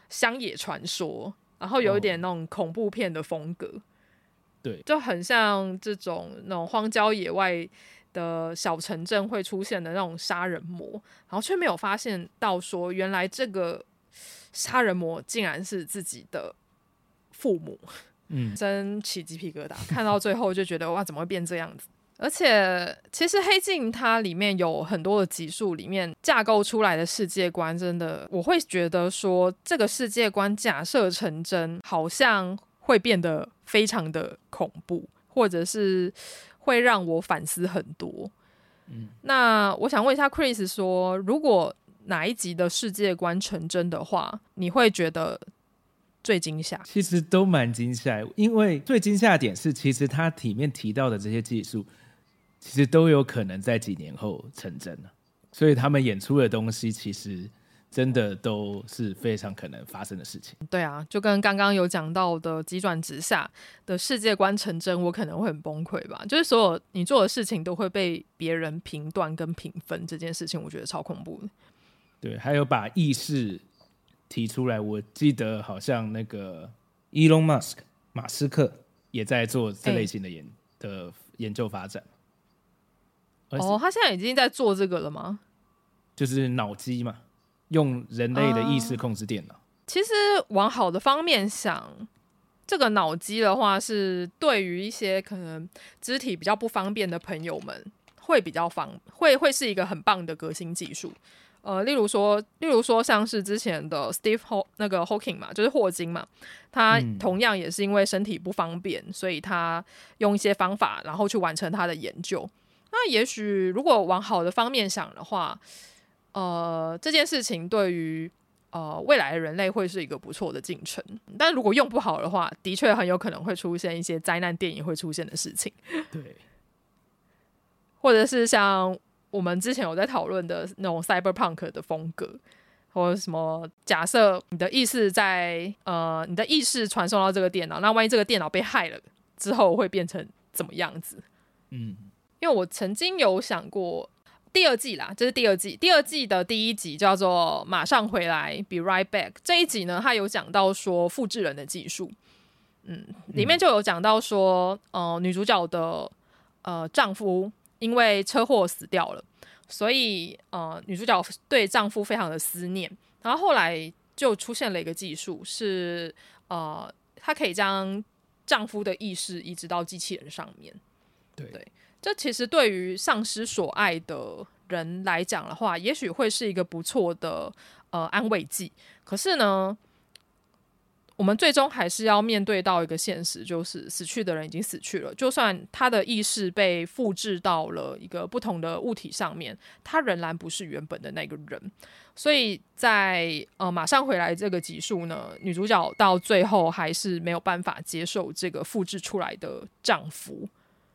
[SPEAKER 1] 乡野传说，然后有一点那种恐怖片的风格，
[SPEAKER 2] 对，
[SPEAKER 1] 就很像这种那种荒郊野外的小城镇会出现的那种杀人魔，然后却没有发现到说原来这个杀人魔竟然是自己的父母，真起鸡皮疙瘩，看到最后就觉得哇，怎么会变这样子？而且其实黑镜它里面有很多的集数里面架构出来的世界观，真的我会觉得说这个世界观假设成真，好像会变得非常的恐怖，或者是会让我反思很多。那我想问一下 Chris 说，如果哪一集的世界观成真的话，你会觉得最惊吓？
[SPEAKER 2] 其实都蛮惊吓，因为最惊吓的点是，其实它里面提到的这些技术，其实都有可能在几年后成真了，所以他们演出的东西，其实真的都是非常可能发生的事情。
[SPEAKER 1] 对啊，就跟刚刚有讲到的急转直下的世界观成真，我可能会很崩溃吧。就是所有你做的事情都会被别人评断跟评分，这件事情我觉得超恐怖的。
[SPEAKER 2] 对，还有把意识提出来，我记得好像那个 Elon Musk 马斯克也在做这类型的研究发展。
[SPEAKER 1] 他现在已经在做这个了吗？
[SPEAKER 2] 就是脑机嘛，用人类的意识控制电脑。
[SPEAKER 1] 其实往好的方面想，这个脑机的话是对于一些可能肢体比较不方便的朋友们会比较会是一个很棒的革新技术。例如说像是之前的 那个 Hawking 嘛，就是霍金嘛，他同样也是因为身体不方便，所以他用一些方法然后去完成他的研究。那也许如果往好的方面想的话，这件事情对于未来的人类会是一个不错的进程，但如果用不好的话，的确很有可能会出现一些灾难电影会出现的事情。
[SPEAKER 2] 对，
[SPEAKER 1] 或者是像我们之前有在讨论的那种 cyberpunk 的风格，或者什么假设你的意识你的意识传送到这个电脑，那万一这个电脑被害了之后会变成怎么样子？因为我曾经有想过第二季啦，这是第二季的第一集叫做马上回来 Be Right Back， 这一集呢它有讲到说复制人的技术，里面就有讲到说女主角的丈夫因为车祸死掉了，所以女主角对丈夫非常的思念，然后后来就出现了一个技术是她可以将丈夫的意识移植到机器人上面。对，这其实对于丧失所爱的人来讲的话，也许会是一个不错的安慰剂。可是呢，我们最终还是要面对到一个现实，就是死去的人已经死去了，就算他的意识被复制到了一个不同的物体上面，他仍然不是原本的那个人。所以在马上回来这个集数呢，女主角到最后还是没有办法接受这个复制出来的丈夫。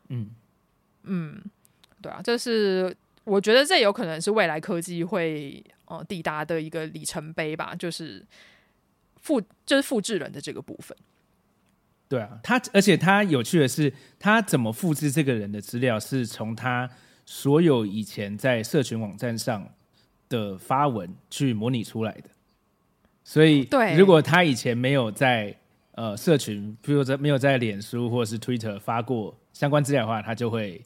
[SPEAKER 1] 对啊，这是我觉得这有可能是未来科技会抵达的一个里程碑吧，就是复制人的这个部分。
[SPEAKER 2] 对啊，而且他有趣的是，他怎么复制这个人的资料，是从他所有以前在社群网站上的发文去模拟出来的。所以，如果他以前没有在社群，比如说没有在脸书或是 Twitter 发过相关资料的话，他就会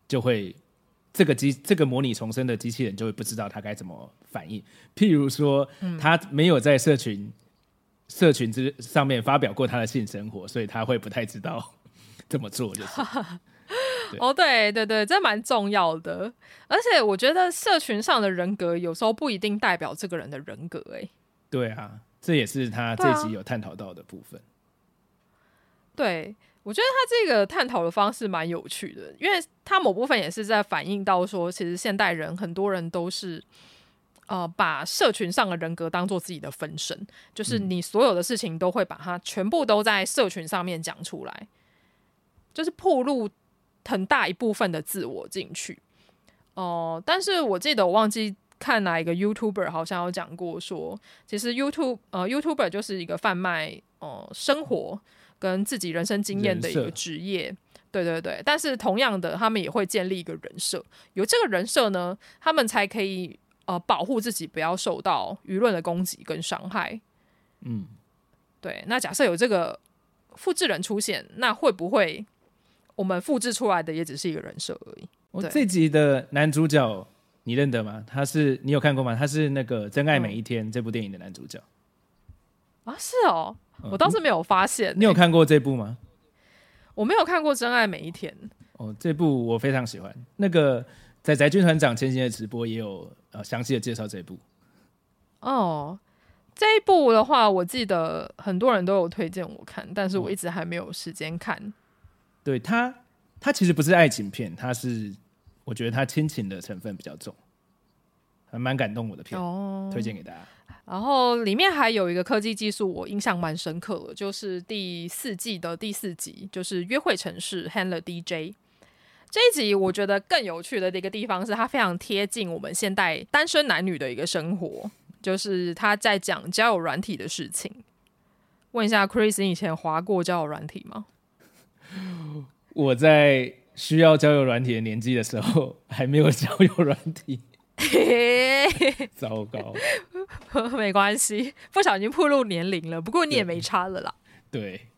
[SPEAKER 2] 这个模拟重生的机器人就会不知道他该怎么反应。譬如说，他没有在社群上面发表过他的性生活，所以他会不太知道怎么做，就是
[SPEAKER 1] 对对对，这蛮重要的。而且我觉得社群上的人格有时候不一定代表这个人的人格。
[SPEAKER 2] 对啊，这也是他这集有探讨到的部分。
[SPEAKER 1] 对，我觉得他这个探讨的方式蛮有趣的，因为他某部分也是在反映到说，其实现代人很多人都是把社群上的人格当做自己的分身，就是你所有的事情都会把它全部都在社群上面讲出来，就是暴露很大一部分的自我进去。但是我记得我忘记看哪一个 YouTuber 好像有讲过说，其实 YouTuber 就是一个贩卖生活跟自己人生经验的一个职业。对对对，但是同样的，他们也会建立一个人设，有这个人设呢，他们才可以保护自己不要受到舆论的攻击跟伤害。 对，那假设有这个复制人出现，那会不会我们复制出来的也只是一个人设而已？
[SPEAKER 2] 这集的男主角你认得吗？你有看过吗？他是那个《真爱每一天》这部电影的男主角
[SPEAKER 1] 啊，是哦，我倒是没有发现。
[SPEAKER 2] 你有看过这部吗？
[SPEAKER 1] 我没有看过《真爱每一天》
[SPEAKER 2] 这部我非常喜欢。那个仔仔军团长前几天的直播也有详细的介绍这部。
[SPEAKER 1] 这一部的话，我记得很多人都有推荐我看，但是我一直还没有时间看。
[SPEAKER 2] 对，它其实不是爱情片，我觉得它亲情的成分比较重，还蛮感动我的片，推荐给大家。
[SPEAKER 1] 然后里面还有一个科技技术，我印象蛮深刻的，就是第4季的第4集，就是约会城市 Handler DJ。这一集我觉得更有趣的一个地方是，它非常贴近我们现代单身男女的一个生活，就是他在讲交友软体的事情。问一下 Chris， 你以前滑过交友软体吗？
[SPEAKER 2] 我在需要交友软体的年纪的时候，还没有交友软体。糟糕。
[SPEAKER 1] 没关系，不小心暴露年龄了，不過你也没差了啦。
[SPEAKER 2] 对，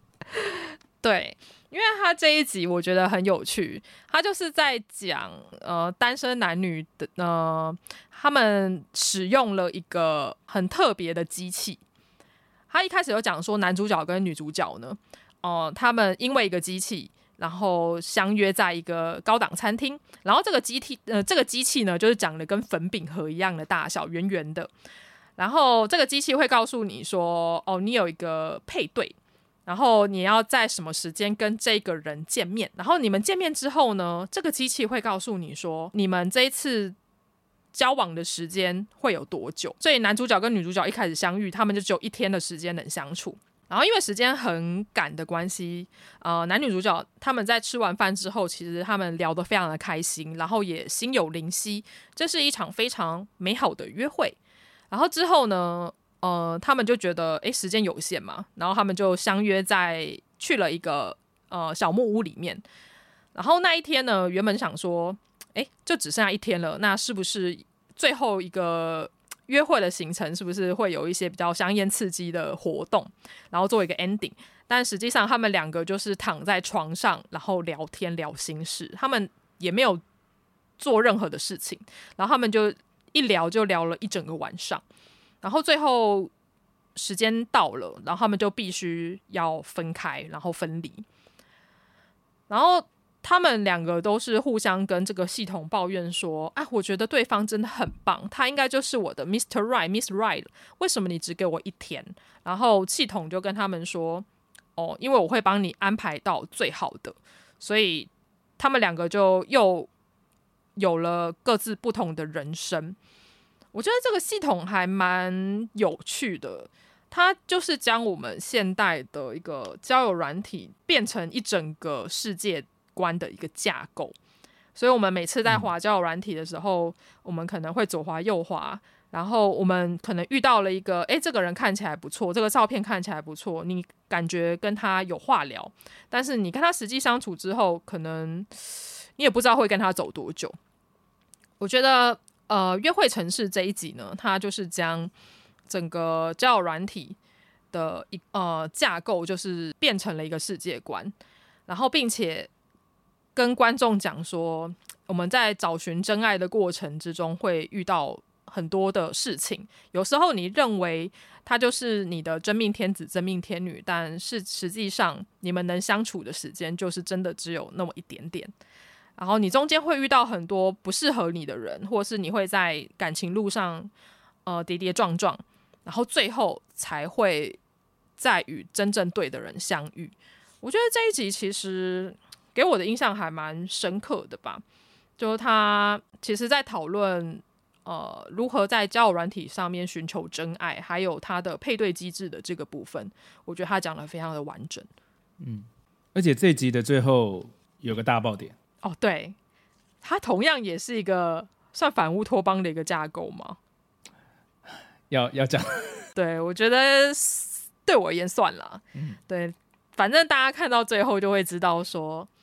[SPEAKER 1] 因为他这一集我觉得很有趣，他就是在讲单身男女的他们使用了一个很特别的机器。他一开始有讲说男主角跟女主角呢，他们因为一个机器，然后相约在一个高档餐厅，然后这个机器呢，就是长得跟粉饼盒一样的大小，圆圆的。然后这个机器会告诉你说，你有一个配对，然后你要在什么时间跟这个人见面，然后你们见面之后呢，这个机器会告诉你说，你们这一次交往的时间会有多久。所以男主角跟女主角一开始相遇，他们就只有1天的时间能相处。然后因为时间很赶的关系，男女主角他们在吃完饭之后，其实他们聊得非常的开心，然后也心有灵犀，这是一场非常美好的约会。然后之后呢，他们就觉得时间有限嘛，然后他们就相约去了一个小木屋里面。然后那一天呢，原本想说就只剩下1天了，那是不是最后一个约会的行程是不是会有一些比较香艳刺激的活动，然后做一个 ending。 但实际上他们2个就是躺在床上，然后聊天聊心事，他们也没有做任何的事情，然后他们就一聊就聊了一整个晚上。然后最后时间到了，然后他们就必须要分开，然后分离。然后他们2个都是互相跟这个系统抱怨说，我觉得对方真的很棒，他应该就是我的 Mr. Right、Miss Right， 为什么你只给我1天？然后系统就跟他们说，因为我会帮你安排到最好的。所以他们2个就又有了各自不同的人生。我觉得这个系统还蛮有趣的，它就是将我们现代的一个交友软体变成一整个世界观的一个架构。所以我们每次在滑交友软体的时候，我们可能会左滑右滑，然后我们可能遇到了一个这个人看起来不错，这个照片看起来不错，你感觉跟他有话聊，但是你跟他实际相处之后，可能你也不知道会跟他走多久。我觉得约会城市这一集呢，它就是将整个交友软体的架构就是变成了一个世界观，然后并且跟观众讲说，我们在找寻真爱的过程之中会遇到很多的事情，有时候你认为他就是你的真命天子真命天女，但是实际上你们能相处的时间就是真的只有那么一点点。然后你中间会遇到很多不适合你的人，或是你会在感情路上跌跌撞撞，然后最后才会再与真正对的人相遇。我觉得这一集其实给我的印象还蛮深刻的吧，就是他其实在讨论如何在交友软体上面寻求真爱，还有他的配对机制的这个部分，我觉得他讲得非常的完整。
[SPEAKER 2] 而且这一集的最后有个大爆点。
[SPEAKER 1] 对，它同样也是一个算反乌托邦的一个架构吗？
[SPEAKER 2] 要讲
[SPEAKER 1] 对，我觉得对我而言算啦。对，反正大家看到最后就会知道说，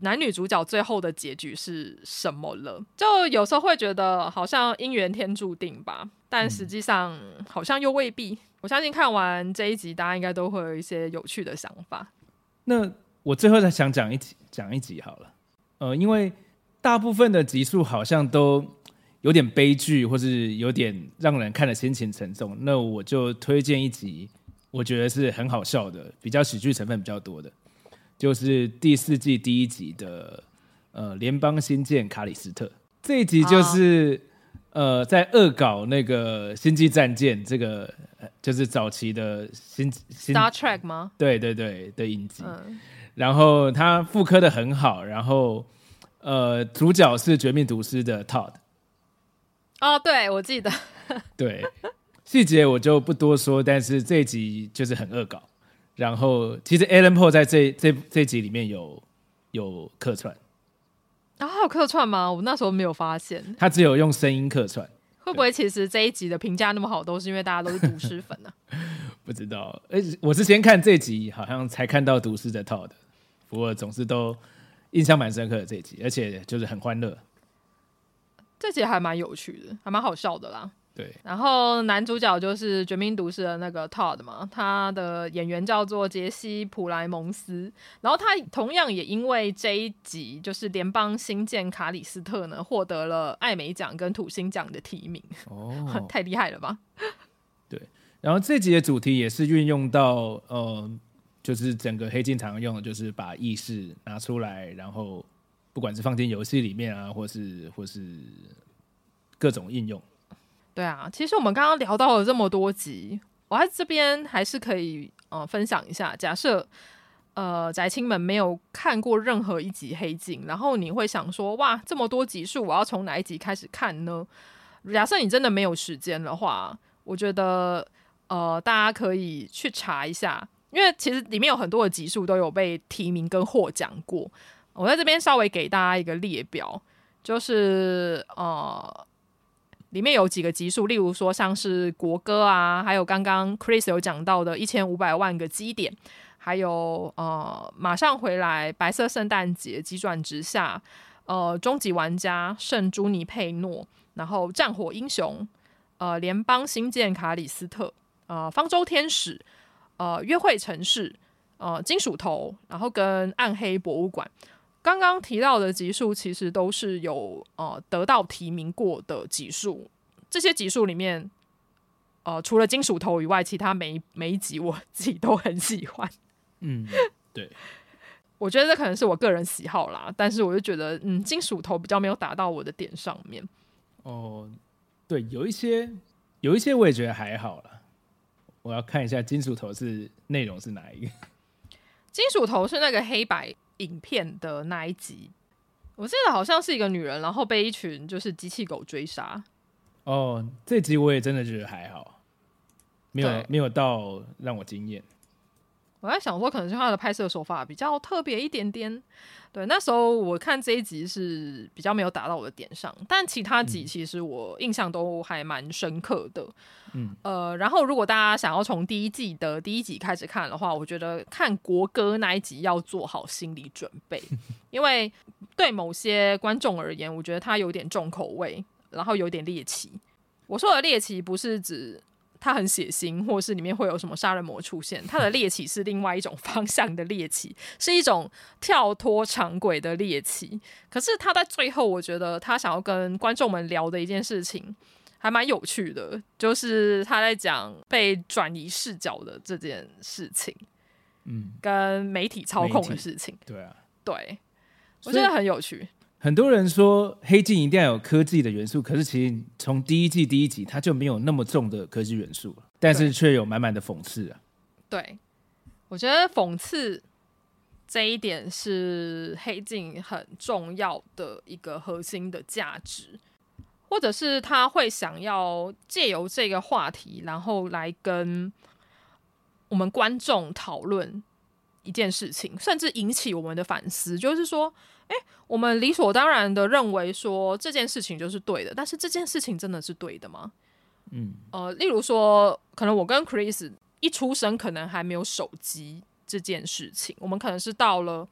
[SPEAKER 1] 男女主角最后的结局是什么了。就有时候会觉得好像姻缘天注定吧，但实际上好像又未必。我相信看完这一集大家应该都会有一些有趣的想法。
[SPEAKER 2] 那我最后再想讲一集好了，因为大部分的集数好像都有点悲剧，或是有点让人看了心情沉重，那我就推荐一集我觉得是很好笑的，比较喜剧成分比较多的，就是第4季第1集的联邦新舰卡里斯特。这一集就是在恶搞那个星际战舰，这个就是早期的
[SPEAKER 1] Star Trek 吗？
[SPEAKER 2] 对对对的影集，然后他复刻的很好，然后主角是绝命毒师的 Todd。
[SPEAKER 1] 哦，对，我记得。
[SPEAKER 2] 对，细节我就不多说，但是这一集就是很恶搞。然后其实 Alan Paul 在这集里面有客串。
[SPEAKER 1] 然后还有客串吗？我那时候没有发现。
[SPEAKER 2] 他只有用声音客串。
[SPEAKER 1] 会不会其实这一集的评价那么好，都是因为大家都是毒师粉呢？
[SPEAKER 2] 不知道，我是先看这集，好像才看到毒师的 Todd， 不过总是都印象蛮深刻的这一集，而且就是很欢乐。
[SPEAKER 1] 这集还蛮有趣的，还蛮好笑的啦。
[SPEAKER 2] 对，
[SPEAKER 1] 然后男主角就是绝命毒师的那个 Todd 嘛，他的演员叫做杰西·普莱蒙斯，然后他同样也因为这一集就是联邦新舰卡里斯特呢，获得了艾美奖跟土星奖的提名。哦，太厉害了吧？
[SPEAKER 2] 对，然后这集的主题也是运用到就是整个黑镜常用的，就是把意识拿出来，然后不管是放进游戏里面啊，或是各种应用。
[SPEAKER 1] 对啊，其实我们刚刚聊到了这么多集，我在这边还是可以分享一下。假设宅青们没有看过任何一集黑镜，然后你会想说，哇，这么多集数，我要从哪一集开始看呢？假设你真的没有时间的话，我觉得大家可以去查一下，因为其实里面有很多的集数都有被提名跟获奖过。我在这边稍微给大家一个列表，就是里面有几个集数，例如说像是国歌啊，还有刚刚 Chris 有讲到的1500万个基点，还有马上回来、白色圣诞节、急转直下、终极玩家、圣朱尼佩诺，然后战火英雄、联邦新舰卡里斯特、方舟天使、约会城市、金属头，然后跟暗黑博物馆。刚刚提到的集数其实都是有得到提名过的集数，这些集数里面除了金属头以外，其他每一集我自己都很喜欢。
[SPEAKER 2] 对，
[SPEAKER 1] 我觉得这可能是我个人喜好啦，但是我就觉得金属头比较没有打到我的点上面。
[SPEAKER 2] 对，有一些我也觉得还好啦，我要看一下金属头是内容是哪一个。
[SPEAKER 1] 金属头是那个黑白影片的那一集，我记得好像是一个女人，然后被一群就是机器狗追杀。
[SPEAKER 2] 这集我也真的觉得还好，没有到让我惊艳。
[SPEAKER 1] 我在想说，可能是他的拍摄手法比较特别一点点。对，那时候我看这一集是比较没有打到我的点上，但其他集其实我印象都还蛮深刻的。然后如果大家想要从第一季的第1集开始看的话，我觉得看国歌那一集要做好心理准备，因为对某些观众而言，我觉得它有点重口味，然后有点猎奇。我说的猎奇不是指它很血腥，或是里面会有什么杀人魔出现，它的猎奇是另外一种方向的猎奇，是一种跳脱常轨的猎奇。可是他在最后，我觉得他想要跟观众们聊的一件事情还蛮有趣的，就是他在讲被转移视角的这件事情，跟媒体操控的事情。
[SPEAKER 2] 对啊，
[SPEAKER 1] 对，我觉得很有趣。
[SPEAKER 2] 很多人说黑镜一定要有科技的元素，可是其实从第1集它就没有那么重的科技元素，但是却有满满的讽刺啊。
[SPEAKER 1] 对，我觉得讽刺这一点是黑镜很重要的一个核心的价值，或者是他会想要借由这个话题，然后来跟我们观众讨论一件事情，甚至引起我们的反思，就是说我们理所当然的认为说这件事情就是对的，但是这件事情真的是对的吗？例如说可能我跟 Chris 一出生可能还没有手机这件事情，我们可能是到了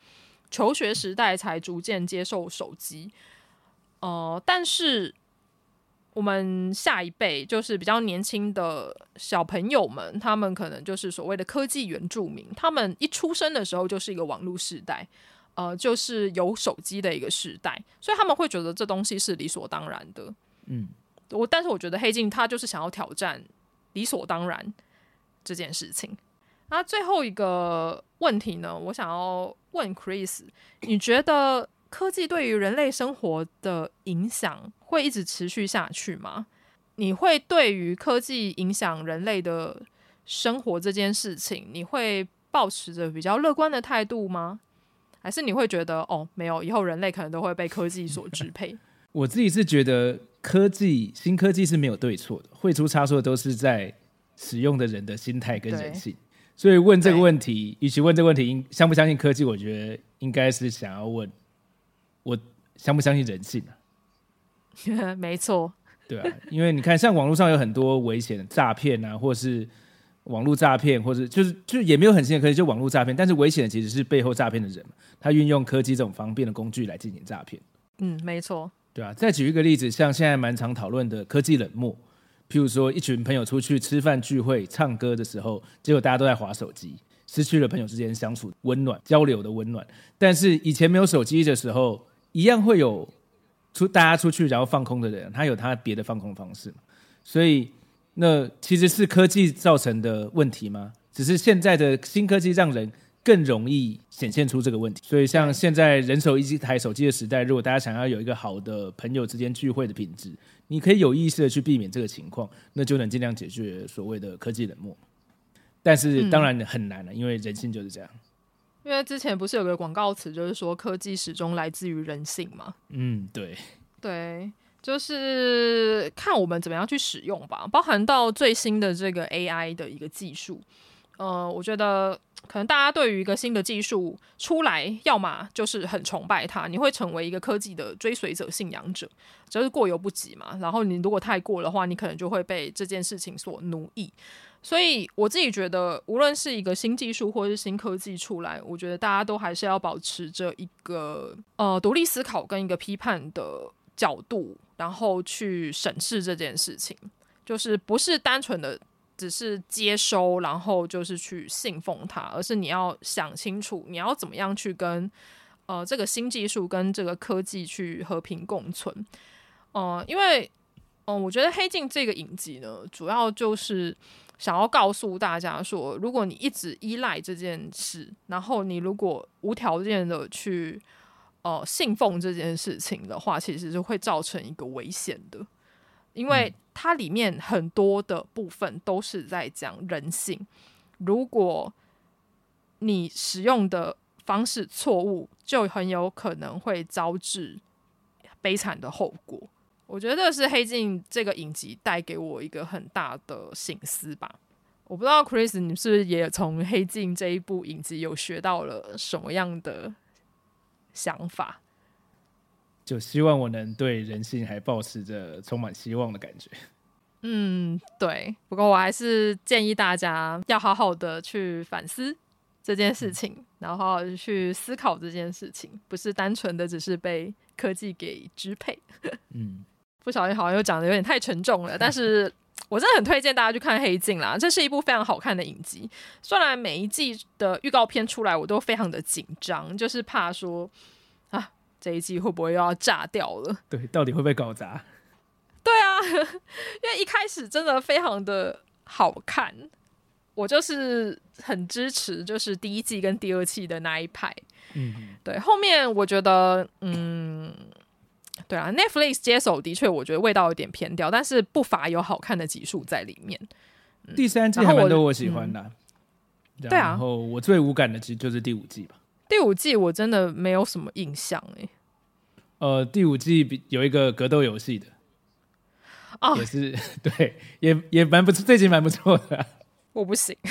[SPEAKER 1] 求学时代才逐渐接受手机。但是我们下一辈就是比较年轻的小朋友们，他们可能就是所谓的科技原住民，他们一出生的时候就是一个网络时代，就是有手机的一个时代，所以他们会觉得这东西是理所当然的。但是我觉得黑镜他就是想要挑战理所当然这件事情。那最后一个问题呢，我想要问 Chris， 你觉得科技对于人类生活的影响会一直持续下去吗？你会对于科技影响人类的生活这件事情，你会抱持着比较乐观的态度吗？还是你会觉得没有，以后人类可能都会被科技所支配？
[SPEAKER 2] 我自己是觉得新科技是没有对错的，会出差错都是在使用的人的心态跟人性。所以问这个问题，与其问这个问题相不相信科技，我觉得应该是想要问我相不相信人性啊？
[SPEAKER 1] 没错，
[SPEAKER 2] 对啊，因为你看，像网络上有很多危险的诈骗啊，或是网络诈骗，或者就是也没有很新的科技，就网络诈骗，但是危险的其实是背后诈骗的人嘛，他运用科技这种方便的工具来进行诈骗。
[SPEAKER 1] 没错，
[SPEAKER 2] 对啊。再举一个例子，像现在蛮常讨论的科技冷漠，譬如说一群朋友出去吃饭聚会、唱歌的时候，结果大家都在滑手机，失去了朋友之间相处温暖、交流的温暖。但是以前没有手机的时候，一样会有大家出去然后放空的人，他有他别的放空方式嘛。所以那其实是科技造成的问题吗？只是现在的新科技让人更容易显现出这个问题。所以像现在人手一台手机的时代，如果大家想要有一个好的朋友之间聚会的品质，你可以有意识的去避免这个情况，那就能尽量解决所谓的科技冷漠。但是当然很难了，因为人性就是这样。
[SPEAKER 1] 因为之前不是有个广告词，就是说科技始终来自于人性嘛。对，就是看我们怎么样去使用吧，包含到最新的这个 AI 的一个技术。我觉得可能大家对于一个新的技术出来，要么就是很崇拜它，你会成为一个科技的追随者、信仰者，就是过犹不及嘛。然后你如果太过的话，你可能就会被这件事情所奴役。所以我自己觉得，无论是一个新技术或是新科技出来，我觉得大家都还是要保持着一个独立思考跟一个批判的角度，然后去审视这件事情，就是不是单纯的只是接收，然后就是去信奉它，而是你要想清楚，你要怎么样去跟这个新技术跟这个科技去和平共存。因为我觉得《黑镜》这个影集呢，主要就是想要告诉大家说，如果你一直依赖这件事，然后你如果无条件的去信奉这件事情的话，其实是会造成一个危险的。因为它里面很多的部分都是在讲人性，如果你使用的方式错误，就很有可能会招致悲惨的后果。我觉得这是黑镜这个影集带给我一个很大的省思吧。我不知道 Chris 你是不是也从黑镜这一部影集有学到了什么样的想法？
[SPEAKER 2] 就希望我能对人性还抱持着充满希望的感觉。
[SPEAKER 1] 对。不过我还是建议大家要好好的去反思这件事情，然后好好的去思考这件事情，不是单纯的只是被科技给支配。不小心好像又讲的有点太沉重了，但是我真的很推荐大家去看《黑镜》啦，这是一部非常好看的影集。虽然每一季的预告片出来我都非常的紧张，就是怕说这一季会不会又要炸掉了？
[SPEAKER 2] 对，到底会不会搞砸？
[SPEAKER 1] 对啊，因为一开始真的非常的好看，我就是很支持，就是第一季跟第二季的那一派。对，后面我觉得，对啊 ，Netflix 接手的确，我觉得味道有点偏掉，但是不乏有好看的集数在里面。
[SPEAKER 2] 第三季还蛮多我喜欢的。
[SPEAKER 1] 对啊，
[SPEAKER 2] 然后我最无感的其实就是第五季吧。
[SPEAKER 1] 第五季我真的没有什么印象
[SPEAKER 2] 第五季有一个格斗游戏的，也是对，也蛮不错，这集蛮不错的。
[SPEAKER 1] 我不行，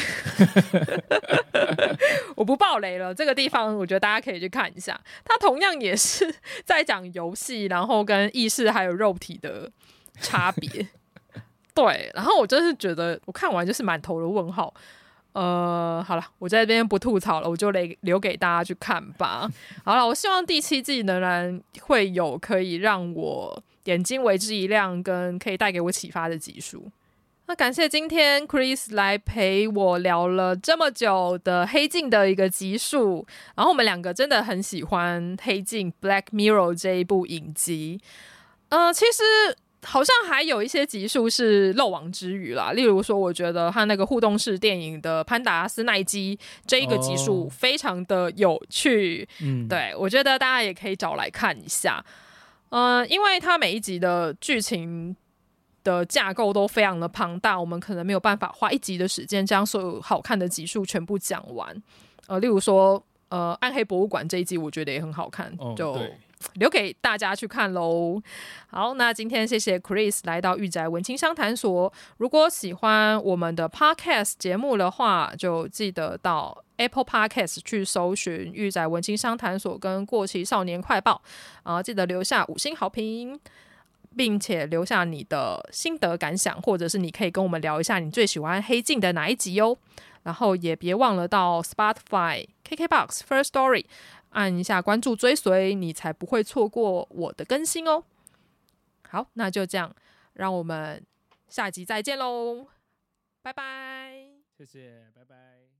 [SPEAKER 1] 我不爆雷了。这个地方我觉得大家可以去看一下，它同样也是在讲游戏，然后跟意识还有肉体的差别。对，然后我真是觉得我看完就是满头的问号。 好了，我在这边不吐槽了，我就留给大家去看吧。好了，我希望第7季仍然会有可以让我眼睛为之一亮，跟可以带给我启发的集数。那感谢今天 Chris 来陪我聊了这么久的黑镜的一个集数，然后我们两个真的很喜欢黑镜 Black Mirror 这一部影集。其实好像还有一些集数是漏网之鱼啦，例如说我觉得他那个互动式电影的潘达斯奈基这一个集数非常的有趣，对，我觉得大家也可以找来看一下。因为他每一集的剧情的架构都非常的庞大，我们可能没有办法花一集的时间将所有好看的集数全部讲完。例如说暗黑博物馆这一集我觉得也很好看，就留给大家去看咯。好，那今天谢谢 Chris 来到御宅文青商谈所。如果喜欢我们的 Podcast 节目的话，就记得到 Apple Podcast 去搜寻御宅文青商谈所跟过期少年快报，记得留下5星好评，并且留下你的心得感想，或者是你可以跟我们聊一下你最喜欢黑镜的哪一集哦。然后也别忘了到 Spotify、KKBOX、Firstory 按一下关注追随，你才不会错过我的更新哦。好，那就这样，让我们下集再见喽，拜拜。
[SPEAKER 2] 谢谢，拜拜。